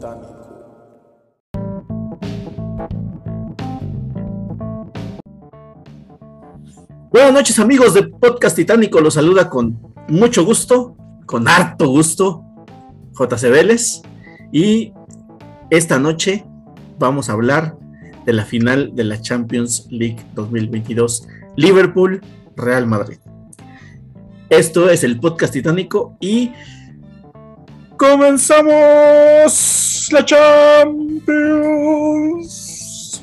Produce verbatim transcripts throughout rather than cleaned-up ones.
Titánico. Buenas noches, amigos de Podcast Titánico, los saluda con mucho gusto, con harto gusto, J C Vélez, y esta noche vamos a hablar de la final de la Champions League dos mil veintidós, Liverpool-Real Madrid. Esto es el Podcast Titánico y ¡comenzamos la Champions!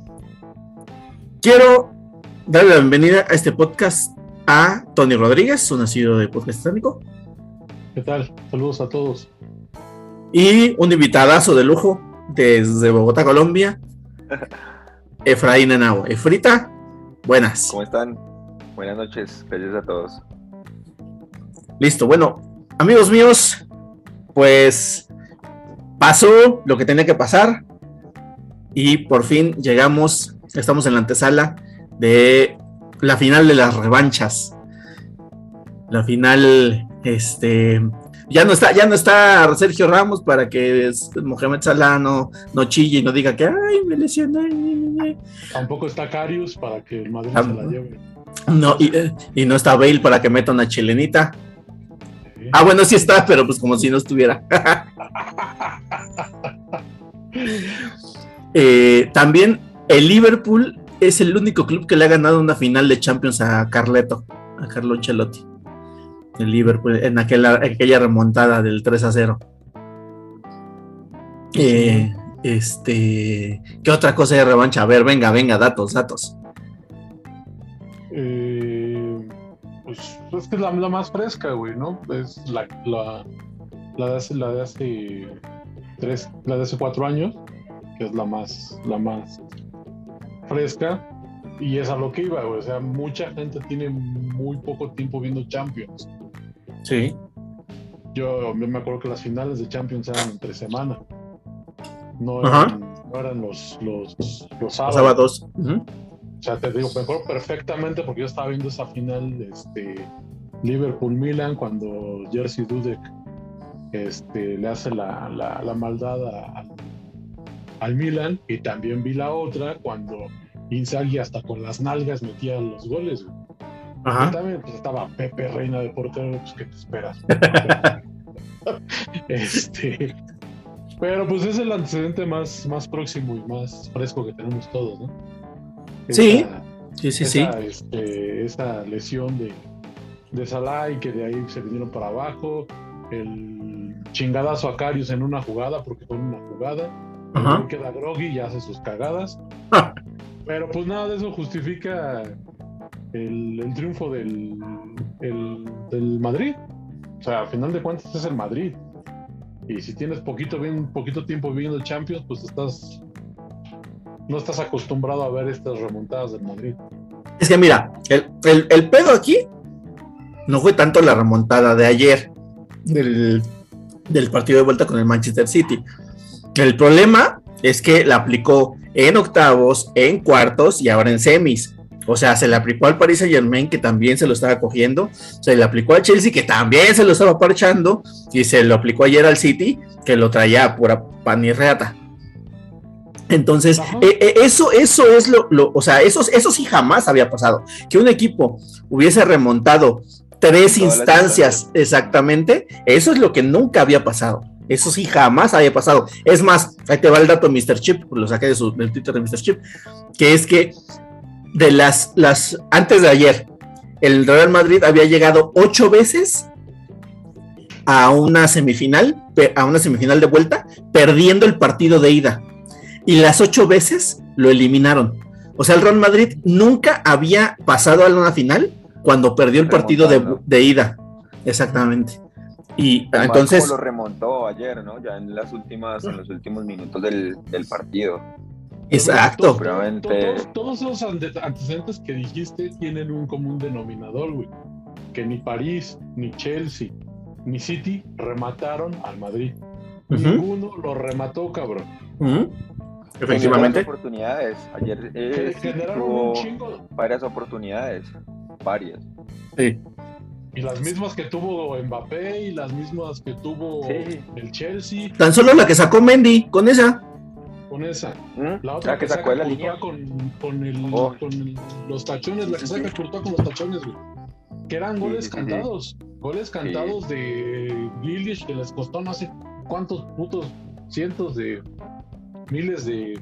Quiero darle la bienvenida a este podcast a Tony Rodríguez, un nacido de Podcast Titánico. ¿Qué tal? Saludos a todos. Y un invitadazo de lujo desde Bogotá, Colombia, Efraín Henao. Efrita, buenas. ¿Cómo están? Buenas noches, gracias a todos. Listo, bueno, amigos míos, pues pasó lo que tenía que pasar y por fin llegamos, estamos en la antesala de la final de las revanchas. La final, este, ya no está, ya no está Sergio Ramos para que Mohamed Salah no, no chille y no diga que ay, me lesioné. Tampoco está Karius para que el Madrid ah, se la lleve. No, y, y no está Bale para que meta una chilenita. Sí. Ah, bueno, sí está, pero pues como si no estuviera. eh, también el Liverpool es el único club que le ha ganado una final de Champions a Carleto, a Carlo Ancelotti. El Liverpool, en aquella, aquella remontada del tres a cero. Sí. Eh, este, ¿qué otra cosa de revancha? A ver, venga, venga, datos, datos. Eh, pues es que es la, la más fresca, güey, ¿no? Es la, la, la, de hace, la de hace tres, la de hace cuatro años, que es la más, la más fresca, y es a lo que iba, güey. O sea, mucha gente tiene muy poco tiempo viendo Champions. Sí. Yo me acuerdo que las finales de Champions eran entre semana. No eran, no eran los, los, los sábados. sábados. Uh-huh. O sea, te digo, me acuerdo perfectamente porque yo estaba viendo esa final de este, Liverpool-Milan cuando Jerzy Dudek este, le hace la, la, la maldad a, a, al Milan, y también vi la otra cuando Inzaghi hasta con las nalgas metía los goles. Ajá. También pues, estaba Pepe Reina de portero, pues ¿qué te esperas? este, pero pues es el antecedente más, más próximo y más fresco que tenemos todos, ¿no? Esa, sí, sí, sí, esa, sí. Este, esa lesión de, de Salah y que de ahí se vinieron para abajo, el chingadazo a Karius en una jugada, porque fue una jugada, uh-huh. Queda groggy y hace sus cagadas, ah. Pero pues nada de eso justifica el, el triunfo del, el, del Madrid. O sea, a final de cuentas es el Madrid, y si tienes poquito, bien, poquito tiempo viendo Champions, pues estás no estás acostumbrado a ver estas remontadas del Madrid. Es que mira, el, el, el pedo aquí no fue tanto la remontada de ayer del, del partido de vuelta con el Manchester City. El problema es que la aplicó en octavos, en cuartos y ahora en semis. O sea, se le aplicó al Paris Saint-Germain, que también se lo estaba cogiendo, se le aplicó al Chelsea, que también se lo estaba parchando, y se lo aplicó ayer al City, que lo traía a pura pan y reata. Entonces, eh, eh, eso, eso es lo, lo, o sea, eso, eso sí jamás había pasado, que un equipo hubiese remontado tres instancias exactamente, eso es lo que nunca había pasado, eso sí jamás había pasado. Es más, ahí te va el dato míster Chip, lo saqué de su, del Twitter de míster Chip, que es que de las, las, antes de ayer, el Real Madrid había llegado ocho veces a una semifinal, a una semifinal de vuelta, perdiendo el partido de ida. Y las ocho veces lo eliminaron. O sea, el Real Madrid nunca había pasado a una final cuando perdió el partido de, de ida. Exactamente. Y el entonces lo remontó ayer, ¿no? Ya en las últimas, en los últimos minutos del, del partido. Exacto. Todos, todos, todos esos antecedentes que dijiste tienen un común denominador, güey. Que ni París, ni Chelsea, ni City remataron al Madrid. Uh-huh. Ninguno lo remató, cabrón. Uh-huh. Efectivamente. Varias oportunidades. Ayer eh, generaron un chingo. Varias oportunidades. Varias. Sí. Y las mismas que tuvo Mbappé y las mismas que tuvo sí. el Chelsea. Tan solo la que sacó Mendy, con esa. Con esa. ¿Mm? La otra la que, que sacó de la Courtois línea. Con, con, el, oh. con el, los tachones, la que sí, saca sí. Courtois con los tachones, güey. Que eran goles sí, sí, cantados. Sí. Goles cantados sí. de Grealish que les costó no sé cuántos putos cientos de miles de.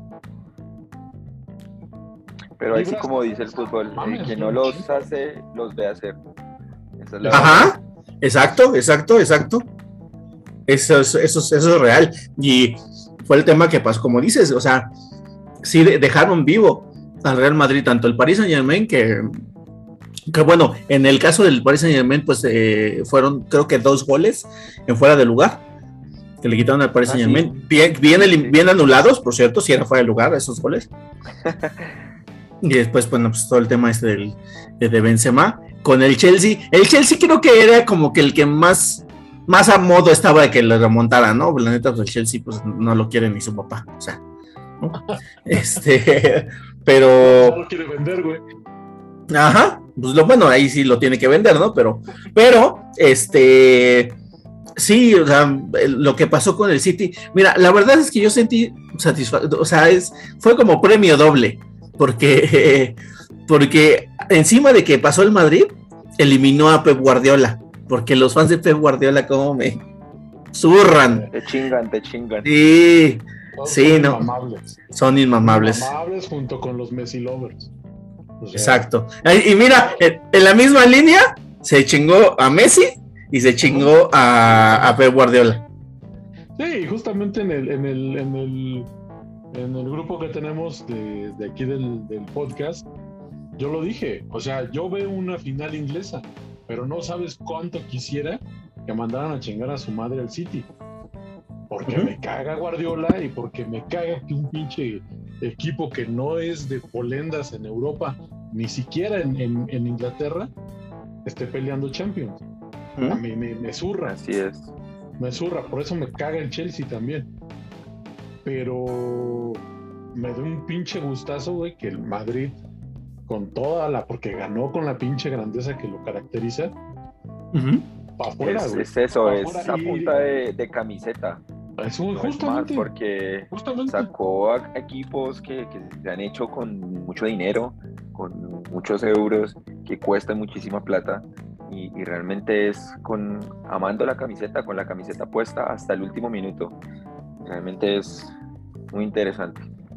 Pero ahí sí, como dice el fútbol, el que no los hace, los ve hacer. Esa es la Ajá, verdad. exacto, exacto, exacto. Eso es, eso, es, eso es real. Y fue el tema que pasó, como dices, o sea, sí dejaron vivo al Real Madrid, tanto el Paris Saint-Germain que, que bueno, en el caso del Paris Saint-Germain, pues eh, fueron creo que dos goles en fuera de lugar, que le quitaron al Paris ah, Saint-Germain. Sí. Bien, bien, sí. bien anulados, por cierto, si era fuera de lugar esos goles. Y después, bueno, pues todo el tema este del, de Benzema con el Chelsea. El Chelsea creo que era como que el que más, más a modo estaba de que le remontara, ¿no? La neta, pues el Chelsea pues no lo quiere ni su papá, o sea, ¿no? Este, pero... No lo quiere vender, güey. Ajá, pues lo bueno, ahí sí lo tiene que vender, ¿no? Pero, pero, este... Sí, o sea, lo que pasó con el City, mira, la verdad es que yo sentí satisfacción, o sea, es, fue como premio doble. Porque, eh, porque encima de que pasó el Madrid, eliminó a Pep Guardiola. Porque los fans de Pep Guardiola, como me zurran. Te chingan, te chingan. Sí, Todos sí, son no. Inmamables. Son inmamables. Inmamables junto con los Messi lovers. O sea, exacto. Y mira, en la misma línea se chingó a Messi y se chingó a, a Pep Guardiola. Sí, justamente en el, en el, en el. En el grupo que tenemos de, de aquí del, del podcast, yo lo dije, o sea, yo veo una final inglesa, pero no sabes cuánto quisiera que mandaran a chingar a su madre al City, porque uh-huh. me caga Guardiola y porque me caga que un pinche equipo que no es de polendas en Europa, ni siquiera en, en, en Inglaterra, esté peleando Champions. Uh-huh. A mí me, me zurra. Así es. Me zurra, por eso me caga el Chelsea también. Pero me da un pinche gustazo, güey, que el Madrid, con toda la, porque ganó con la pinche grandeza que lo caracteriza, uh-huh. para afuera, es, güey. Es eso, pa es a punta de, de camiseta. Es un, no justamente. Es más porque justamente. sacó a equipos que, que se han hecho con mucho dinero, con muchos euros, que cuestan muchísima plata. Y, y realmente es con amando la camiseta, con la camiseta puesta hasta el último minuto. Realmente es muy interesante.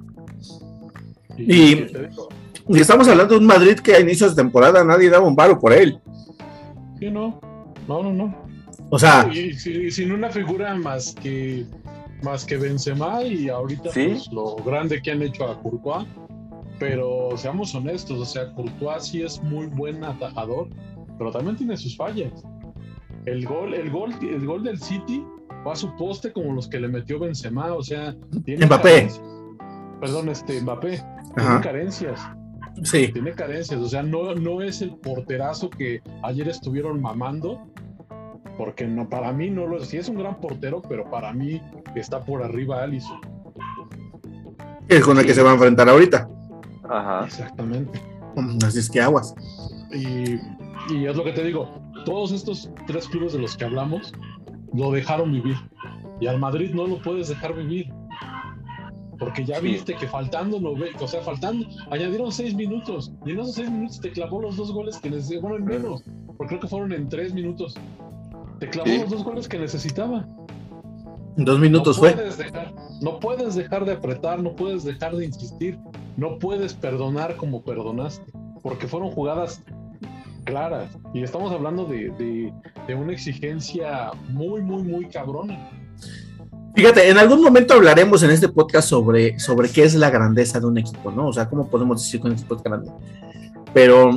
Y, y estamos hablando de un Madrid que a inicios de temporada nadie daba un varo por él. Sí, no, no, no, no. O sea, y, y, sin una figura más que más que Benzema y ahorita ¿sí? pues, lo grande que han hecho a Courtois. Pero seamos honestos, o sea, Courtois sí es muy buen atajador, pero también tiene sus fallas. El gol, el gol, el gol del City va a su poste como los que le metió Benzema, o sea, tiene Mbappé. Carencias. Perdón, este Mbappé, Ajá. tiene carencias. Sí. Tiene carencias, o sea, no, no es el porterazo que ayer estuvieron mamando, porque no, para mí no lo es. Sí es un gran portero, pero para mí está por arriba Alisson. Es con la sí. que se va a enfrentar ahorita. Ajá. Exactamente. Así es que aguas. Y, y es lo que te digo, todos estos tres clubes de los que hablamos lo dejaron vivir. Y al Madrid no lo puedes dejar vivir. Porque ya sí. viste que faltando, o sea, faltando, añadieron seis minutos. Y en esos seis minutos te clavó los dos goles que necesitaba. Bueno, en menos, porque creo que fueron en tres minutos. Te clavó sí. los dos goles que necesitaba. En dos minutos no fue. Puedes dejar, no puedes dejar de apretar, no puedes dejar de insistir, no puedes perdonar como perdonaste. Porque fueron jugadas claras. Y estamos hablando de, de, de una exigencia muy, muy, muy cabrona. Fíjate, en algún momento hablaremos en este podcast sobre, sobre qué es la grandeza de un equipo, ¿no? O sea, cómo podemos decir que un equipo es grande. Pero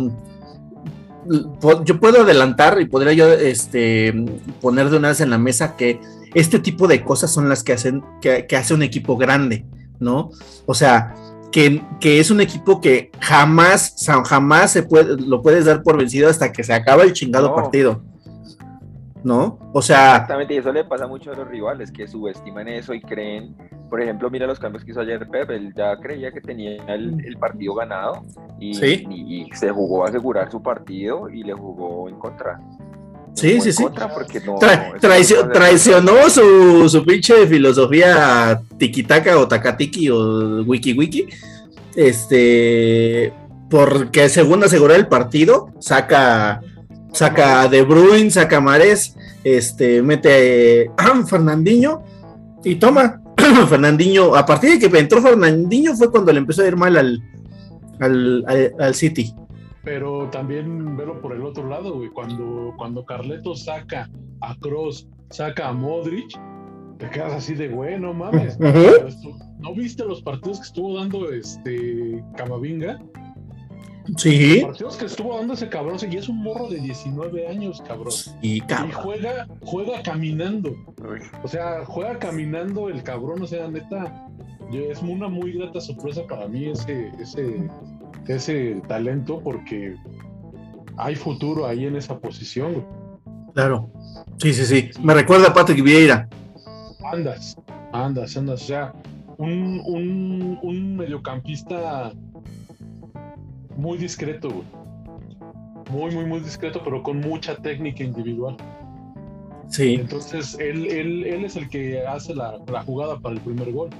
yo puedo adelantar y podría yo este, poner de una vez en la mesa que este tipo de cosas son las que hacen que, que hace un equipo grande, ¿no? O sea, que, que es un equipo que jamás, jamás se puede, lo puedes dar por vencido hasta que se acaba el chingado no. partido. ¿no? O sea... Exactamente, y eso le pasa mucho a los rivales, que subestiman eso y creen, por ejemplo, mira los cambios que hizo ayer Pep, él ya creía que tenía el, el partido ganado y, ¿Sí? y, y se jugó a asegurar su partido y le jugó en contra. Sí, sí, sí. No, Tra traicio no traicionó su, su pinche filosofía tiki-taka o takatiki o wiki-wiki. Este, porque según asegurar el partido, saca, saca a De Bruyne, saca a Mahrez, este, mete a Fernandinho y toma. Fernandinho, a partir de que entró Fernandinho fue cuando le empezó a ir mal al, al, al, al City. Pero también velo por el otro lado, güey. Cuando, cuando Carletos saca a Kroos, saca a Modric, te quedas así de, güey, no mames. Uh-huh. ¿No viste los partidos que estuvo dando este Camavinga? Sí. Los partidos que estuvo dando ese cabrón, y es un morro de diecinueve años, cabrón. Sí, cabrón. Y juega, juega caminando. O sea, juega caminando el cabrón, o sea, neta, es una muy grata sorpresa para mí ese... ese ese talento, porque hay futuro ahí en esa posición, güey. Claro, sí, sí, sí, me recuerda a Patrick Vieira. Andas, andas, andas, o sea, un, un, un mediocampista muy discreto, güey. Muy, muy, muy discreto, pero con mucha técnica individual. Sí. Entonces, él, él, él es el que hace la, la jugada para el primer gol.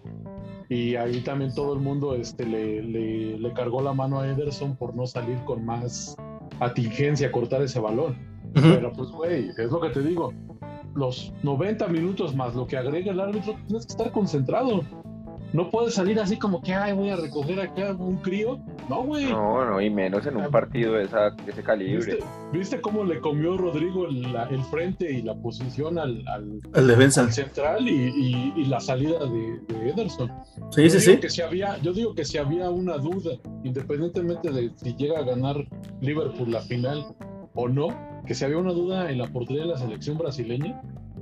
Y ahí también todo el mundo este, le, le, le cargó la mano a Ederson por no salir con más atingencia, cortar ese balón. Uh-huh. Pero pues, güey, es lo que te digo. Los noventa minutos más lo que agrega el árbitro, tienes que estar concentrado. No puedes salir así como que, ay, voy a recoger acá un crío. No, güey. No, no, y menos en un partido de, esa, de ese calibre. ¿Viste, ¿Viste cómo le comió Rodrigo el, la, el frente y la posición al, al, al defensa al central y, y, y la salida de, de Ederson? Sí, yo sí, digo sí. Que si había, yo digo que si había una duda, independientemente de si llega a ganar Liverpool la final o no, que si había una duda en la portería de la selección brasileña,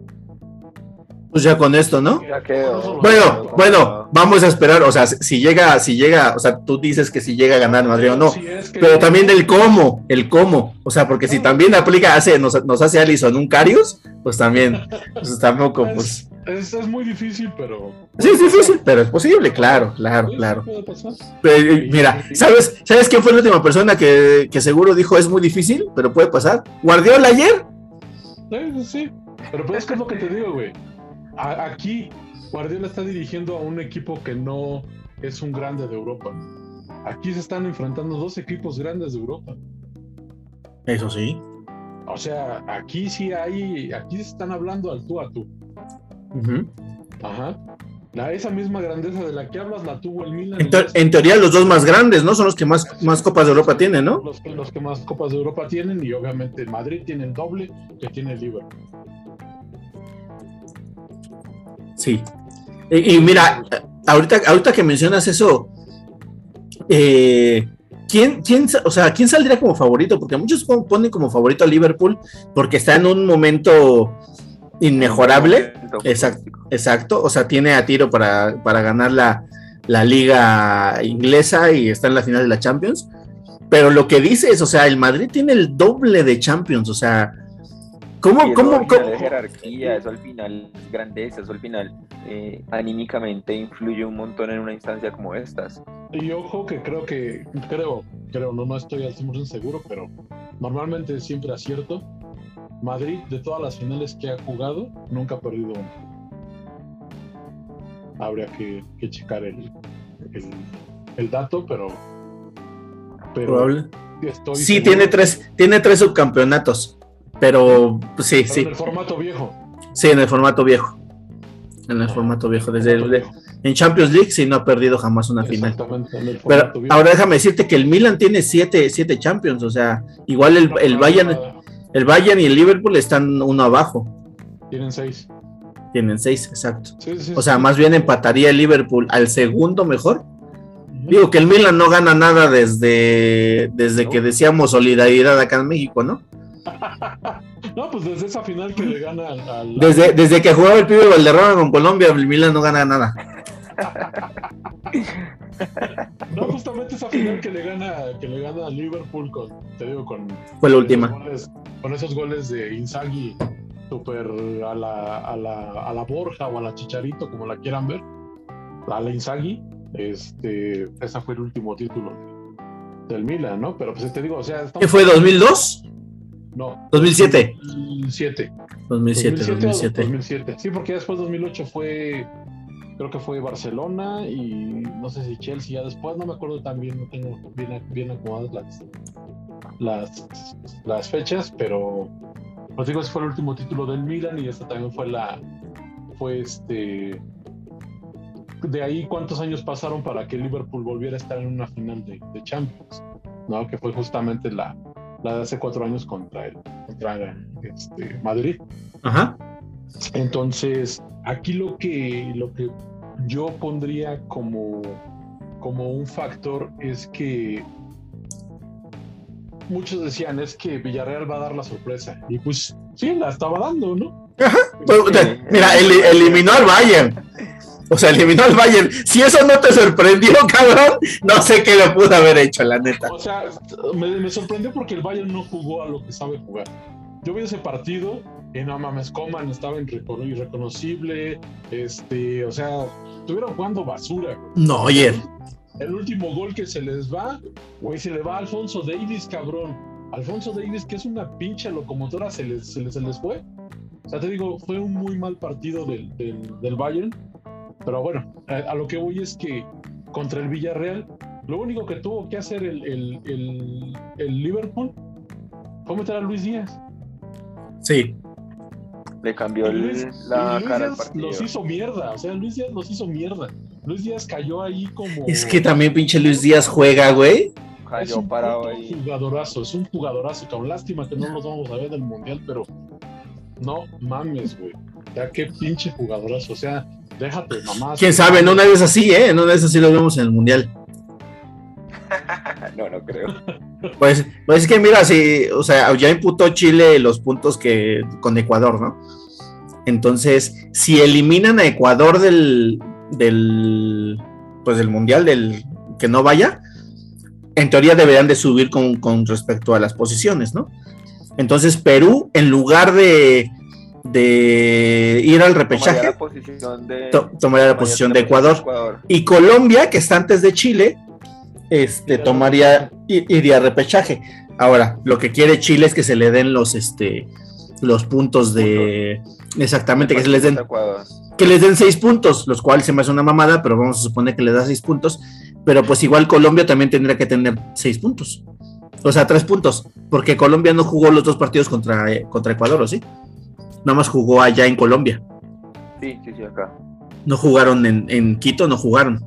pues ya con esto, ¿no? Ya quedó. Bueno, bueno, vamos a esperar, o sea, si llega, si llega, o sea, tú dices que si llega a ganar Madrid o no, si es que pero también del cómo, el cómo, o sea, porque si también aplica, hace, nos, nos hace Alisson un Karius, pues también, pues tampoco, pues... Es, es muy difícil, pero... Sí, es difícil, pero es posible, claro, claro, sí, claro. Puede pasar. Pero, mira, ¿sabes, ¿sabes quién fue la última persona que, que seguro dijo es muy difícil, pero puede pasar? ¿Guardiola ayer? Sí, sí, pero pues es que es lo que te digo, güey. Aquí Guardiola está dirigiendo a un equipo que no es un grande de Europa. Aquí se están enfrentando dos equipos grandes de Europa. Eso sí. O sea, aquí sí hay, aquí se están hablando al tú a tú. Uh-huh. Ajá. La, esa misma grandeza de la que hablas la tuvo el Milan. En, te en teoría los dos más grandes, ¿no? Son los que más, sí, más copas de Europa tienen, ¿no? Los, los que más copas de Europa tienen, y obviamente el Madrid tiene el doble que tiene el Liverpool. Sí. Y, y mira, ahorita, ahorita que mencionas eso, eh, ¿quién, quién, o sea, ¿quién saldría como favorito? Porque muchos ponen como favorito a Liverpool porque está en un momento inmejorable. Exacto, exacto. O sea, tiene a tiro para, para ganar la, la liga inglesa y está en la final de la Champions. Pero lo que dices, o sea, el Madrid tiene el doble de Champions, o sea, ¿cómo? Eso ¿Cómo? Al final ¿Cómo? Es jerarquía, eso al final es grandeza, eso al final eh, anímicamente influye un montón en una instancia como estas. Y ojo que creo que, creo, creo, no, no estoy al cien por ciento seguro, pero normalmente siempre acierto. Madrid, de todas las finales que ha jugado, nunca ha perdido una. Habría que, que checar el, el, el dato, pero... pero Probable. Estoy sí, tiene tres, tiene tres subcampeonatos, pero pues, sí, pero sí. En el formato viejo. Sí, en el formato viejo. En el ah, formato viejo. Desde el, viejo. En Champions League sí no ha perdido jamás una final. En el pero viejo. Ahora déjame decirte que el Milan tiene siete, siete Champions, o sea, igual el, el Bayern, el Bayern y el Liverpool están uno abajo. Tienen seis. Tienen seis, exacto. Sí, sí, o sea, sí. más bien empataría el Liverpool al segundo mejor. Uh-huh. Digo que el Milan no gana nada desde, desde ¿no? que decíamos solidaridad acá en México, ¿no? No, pues desde esa final que le gana al... al... Desde, desde que jugaba el pibe Valderrama con Colombia, el Milan no gana nada. No, justamente esa final que le gana, que le gana a Liverpool con, te digo, con fue la última. Goles, con esos goles de Inzaghi super a la, a la, a la Borja o a la Chicharito, como la quieran ver, a la Inzaghi, este, ese fue el último título del Milan, ¿no? Pero pues te digo, o sea, ¿qué fue, dos mil dos? No. dos mil siete. dos mil siete. dos mil siete, dos mil siete. dos mil siete. Sí, porque después dos mil ocho fue, creo que fue Barcelona y no sé si Chelsea ya después, no me acuerdo tan bien, no tengo bien, bien acomodadas las, las, las fechas, pero os digo, ese fue el último título del Milan y esta también fue la, fue este, de ahí cuántos años pasaron para que Liverpool volviera a estar en una final de, de Champions, ¿no? Que fue justamente la, la de hace cuatro años contra el, contra este, Madrid. Ajá. Entonces, aquí lo que, lo que yo pondría como, como un factor es que muchos decían, es que Villarreal va a dar la sorpresa. Y pues sí, la estaba dando, ¿no? Ajá. Pues, mira, el, eliminó al Bayern. O sea, eliminó al Bayern. Si eso no te sorprendió, cabrón, no sé qué lo pudo haber hecho, la neta. O sea, me, me sorprendió porque el Bayern no jugó a lo que sabe jugar. Yo vi ese partido y no mames, Coman estaba irreconocible, este, o sea, estuvieron jugando basura. No, oye. El último gol que se les va, güey, se le va a Alfonso Davies, cabrón. Alfonso Davies, que es una pinche locomotora, se les, se les, se les fue. O sea, te digo, fue un muy mal partido del, del, del Bayern. Pero bueno, a, a lo que voy es que contra el Villarreal, lo único que tuvo que hacer el, el, el, el Liverpool fue meter a Luis Díaz. Sí. Le cambió el, Luis, la Luis cara Díaz al partido. Los hizo mierda, o sea, Luis Díaz los hizo mierda. Luis Díaz cayó ahí como... Es que también pinche Luis Díaz juega, güey. Es un parado ahí. jugadorazo, es un jugadorazo, con lástima que no los vamos a ver del Mundial, pero no mames, güey. Ya qué pinche jugadorazo, o sea, déjate, mamá. Quién sabe, en una vez así, ¿eh? En una vez así lo vemos en el Mundial. No, no creo. Pues, pues es que mira, si, o sea, ya imputó Chile los puntos que con Ecuador, ¿no? Entonces, si eliminan a Ecuador del, del, pues del Mundial, del que no vaya, en teoría deberían de subir con, con respecto a las posiciones, ¿no? Entonces, Perú, en lugar de, de ir al repechaje, tomaría la posición de, to, tomaría la posición de Ecuador. Ecuador. Y Colombia, que está antes de Chile, este, tomaría, iría a repechaje. Ahora, lo que quiere Chile es que se le den los, este, los puntos de, exactamente, que se les den, que les den seis puntos, los cuales se me hace una mamada, pero vamos a suponer que le da seis puntos, pero pues igual Colombia también tendría que tener seis puntos, o sea, tres puntos, porque Colombia no jugó los dos partidos contra, contra Ecuador, ¿o sí? Nada más jugó allá en Colombia. Sí, sí, sí, acá. No jugaron en, en Quito, no jugaron.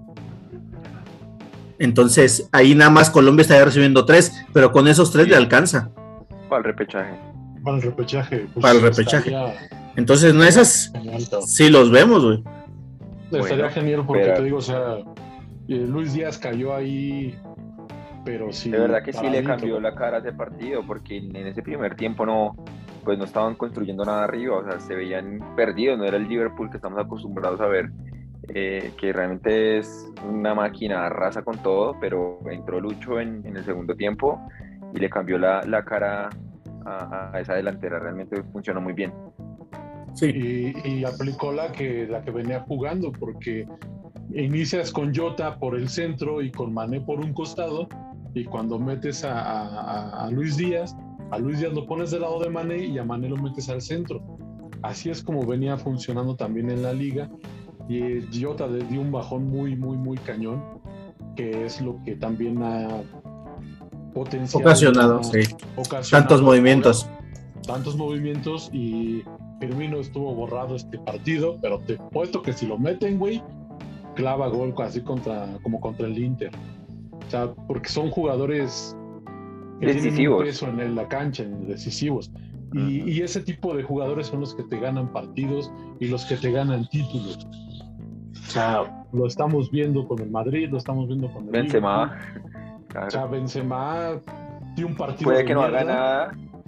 Entonces, ahí nada más Colombia estaría recibiendo tres, pero con esos tres sí le alcanza. Para el repechaje. Para el repechaje. Pues para el repechaje. Estaría... Entonces, no esas. Sí los vemos, güey. Estaría bueno, genial porque pero... te digo, o sea, Luis Díaz cayó ahí, pero sí. De verdad que sí le cambió la cara a ese partido, porque en ese primer tiempo no, pues no estaban construyendo nada arriba, o sea, se veían perdidos, no era el Liverpool que estamos acostumbrados a ver. Eh, que realmente es una máquina, arrasa con todo, pero entró Lucho en, en el segundo tiempo y le cambió la, la cara a, a esa delantera, realmente funcionó muy bien. Sí, y, y aplicó la que, la que venía jugando, porque inicias con Jota por el centro y con Mané por un costado, y cuando metes a, a, a Luis Díaz, a Luis Díaz lo pones del lado de Mané y a Mané lo metes al centro. Así es como venía funcionando también en la liga. Y Jota le dio un bajón muy, muy, muy cañón, que es lo que también ha potenciado. Ocasionado, sí. Ocasionado tantos movimientos. Ahora, tantos movimientos y Firmino estuvo borrado este partido, pero te puesto que si lo meten, güey, clava gol así contra, como contra el Inter. O sea, porque son jugadores que decisivos. Tienen un peso en la cancha, decisivos. Y, y ese tipo de jugadores son los que te ganan partidos y los que te ganan títulos. O sea, lo estamos viendo con el Madrid, lo estamos viendo con el Benzema. Claro. O sea, Benzema tiene un partido puede de que no mierda, haga nada,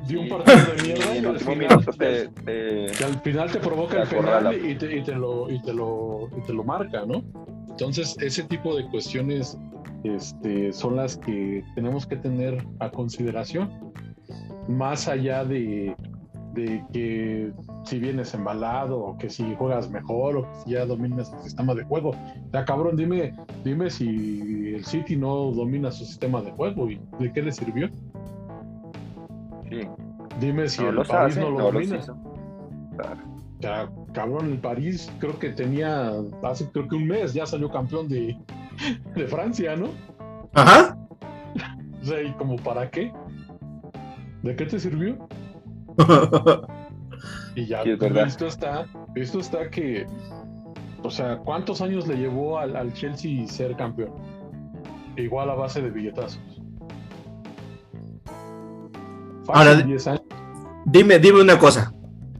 de un partido de mierda y y, en al último final, minuto te, te, y al final te provoca te el penal acorrala. y te, y, te lo, y, te lo, y te lo marca, ¿no? Entonces, ese tipo de cuestiones este, son las que tenemos que tener a consideración, más allá de, de que si vienes embalado o que si juegas mejor o que si ya dominas el sistema de juego. O sea, cabrón, dime, dime si el City no domina su sistema de juego y ¿de qué le sirvió? Sí. Dime si No el los París hace, no lo no los domina. hizo. Claro. O sea, cabrón, el París creo que tenía, hace creo que un mes ya salió campeón de, de Francia, ¿no? Ajá. O sea, ¿y como para qué? ¿De qué te sirvió? Y ya Sí, es pues, verdad. visto está, visto está que, o sea, ¿cuántos años le llevó al, al Chelsea ser campeón? Igual a base de billetazos. Fácil, Ahora, diez años. Dime, dime una cosa.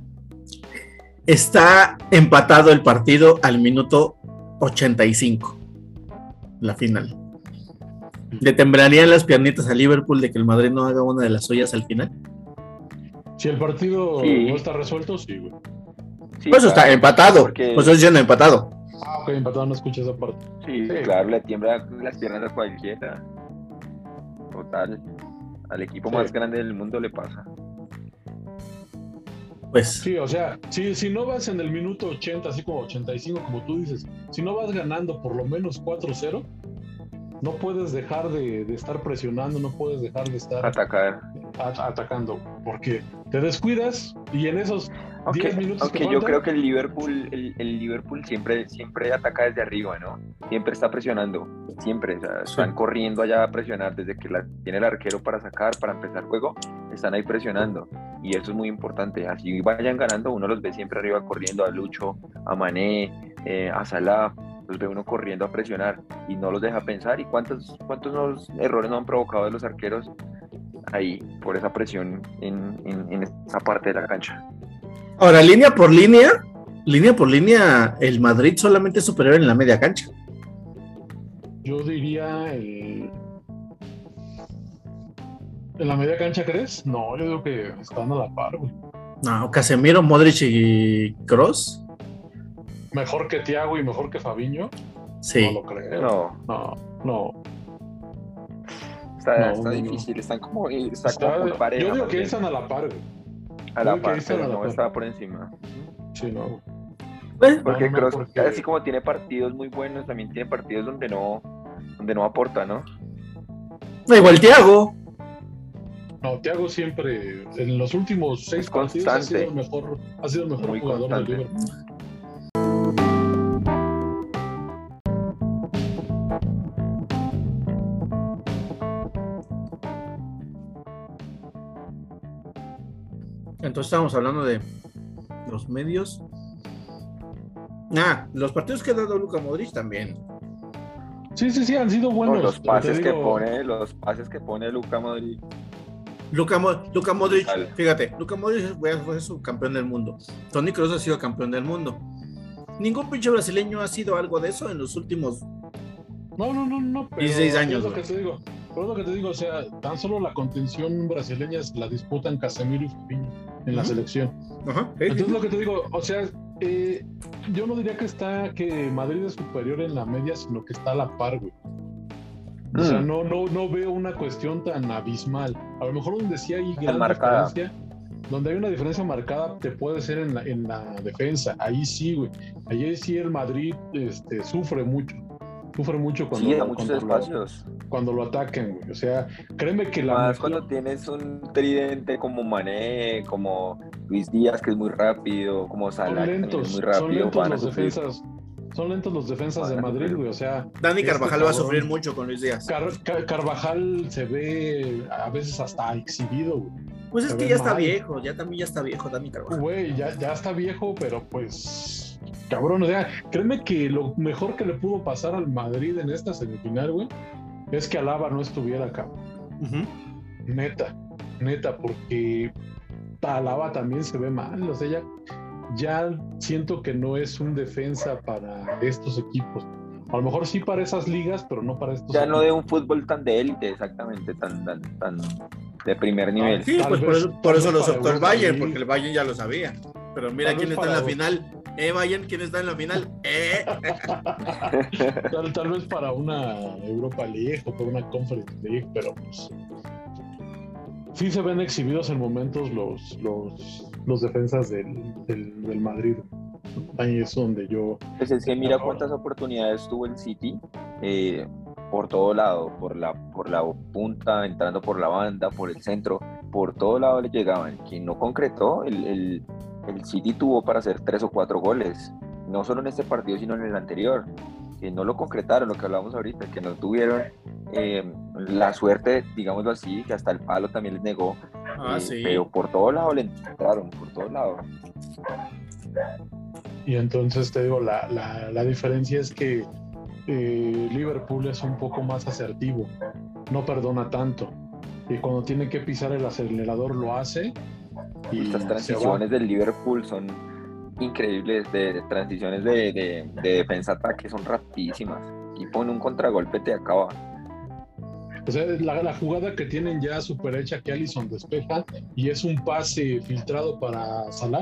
Está empatado el partido al minuto ochenta y cinco, la final. ¿Le temblarían las piernitas a Liverpool de que el Madrid no haga una de las suyas al final? Si el partido Sí. no está resuelto, sí, güey. Sí, Pues eso está claro, empatado. porque- Pues estoy diciendo empatado. Ah, ok, empatado, no escuché esa parte. Sí, Sí. claro, le tiembla las piernas a cualquiera. Total. Al equipo Sí. más grande del mundo le pasa. Pues Sí, o sea, si, si no vas en el minuto ochenta, así como ochenta y cinco, como tú dices, si no vas ganando por lo menos cuatro cero, no puedes dejar de, de estar presionando, no puedes dejar de estar Atacar. a- atacando, porque te descuidas y en esos Aunque, diez minutos aunque que yo faltan, creo que el Liverpool, el, el Liverpool siempre, siempre ataca desde arriba, ¿no? Siempre está presionando, siempre, o sea, están Sí. corriendo allá a presionar desde que la, tiene el arquero para sacar, para empezar el juego, están ahí presionando y eso es muy importante. Así vayan ganando, uno los ve siempre arriba corriendo, a Lucho, a Mané, eh, a Salah, los ve uno corriendo a presionar y no los deja pensar. ¿Y cuántos, cuántos nos- errores no han provocado de los arqueros ahí por esa presión en, en, en esa parte de la cancha? ahora, línea por línea, línea por línea, el Madrid solamente es superior en la media cancha. yo diría el... ¿En la media cancha crees? No, yo digo que están a la par, güey. No, Casemiro, Modric y Kroos. Mejor que Thiago y mejor que Fabiño, Sí. no lo creo. No, No, no. está, No, está no, difícil, están como, está Está- como muy pareja, yo digo más que bien, están a la par, güey. a yo la digo que par, están a pero la no par. está por encima. Sí, no. Pues, Porque No, no, Kroos, porque- así como tiene partidos muy buenos, también tiene partidos donde no, donde no aporta, ¿no? igual Thiago. No, Thiago siempre, en los últimos seis Es partidos, ha constante. sido el mejor, ha sido el mejor Muy jugador constante. del Liverpool. Entonces estábamos hablando de los medios. Ah, los partidos que ha dado Luka Modric también. Sí, sí, sí, han sido No, buenos. los pero te pases que digo, pone, los pases que pone Luka Modric. Luka, Mo- Luka Modric, Brutal. fíjate, Luka Modric fue, fue su campeón del mundo. Toni Kroos ha sido campeón del mundo. Ningún pinche brasileño ha sido algo de eso en los últimos. No, no, no, no. Pero dieciséis años, Es lo güey. que te digo. Pero es lo que te digo, o sea, tan solo la contención brasileña la disputan Casemiro y Fabinho en la Ujú. selección. Ajá. Entonces lo que te digo, o sea, eh, yo no diría que está que Madrid es superior en la media, sino que está a la par, güey. O sea, Mm. no, no, no veo una cuestión tan abismal. A lo mejor donde sí hay gran marcada. diferencia, donde hay una diferencia marcada, te puede ser en la, en la defensa. Ahí sí, güey. Ahí sí el Madrid este, sufre mucho. Sufre mucho cuando, Sí, da lo, muchos cuando, lo, espacios. cuando lo ataquen, güey. O sea, créeme que la Más mejor- cuando tienes un tridente como Mané, como Luis Díaz, que es muy rápido, como son Salah, que también lentos, es muy son rápido, lentos van a los sufrir. defensas. Son lentos los defensas Van de a Madrid, sufrir. güey. O sea, Dani este Carvajal va a cabrón- sufrir mucho con Luis Díaz. Car- Car- Carvajal se ve a veces hasta exhibido, güey. Pues es se que ve ya está mal. viejo, ya también ya está viejo Dani Carvajal. Güey, ya, ya está viejo, pero pues, cabrón, o sea, créeme que lo mejor que le pudo pasar al Madrid en esta semifinal, güey, es que Alaba no estuviera acá. Ujú. Neta, neta, porque Alaba también se ve mal, o sea, ya, ya siento que no es un defensa para estos equipos. A lo mejor sí para esas ligas, pero no para estos. Ya no de un fútbol tan de élite, exactamente, tan, tan, tan de primer nivel. Sí, Tal pues por vez- eso, tal por vez eso lo para soltó el Europa Bayern, League. porque el Bayern ya lo sabía. Pero mira Tal quién vez está en la para- final. ¿Eh, Bayern? ¿Quién está en la final? ¿Eh? Tal, tal vez para una Europa League o para una Conference League, pero pues sí se ven exhibidos en momentos los, los, los defensas del, del, del Madrid. Ahí es donde yo... Pues es que mira cuántas oportunidades tuvo el City eh, por todo lado, por la, por la punta, entrando por la banda, por el centro, por todo lado le llegaban. Quien no concretó, el, el, el City tuvo para hacer tres o cuatro goles, no solo en este partido, sino en el anterior, que no lo concretaron, lo que hablamos ahorita, que no tuvieron eh, la suerte, digámoslo así, que hasta el palo también les negó, Ah, eh, sí. pero por todo lado le entraron, por todo lado. Y entonces te digo, la, la, la diferencia es que eh, Liverpool es un poco más asertivo, no perdona tanto. Y cuando tiene que pisar el acelerador lo hace. Y Estas se transiciones va. del Liverpool son increíbles, de, de transiciones de, de, de defensa-ataque son rapidísimas. Y pone un contragolpe, te acaba. O sea, la, la jugada que tienen ya super hecha, que Alisson despeja y es un pase filtrado para Salah.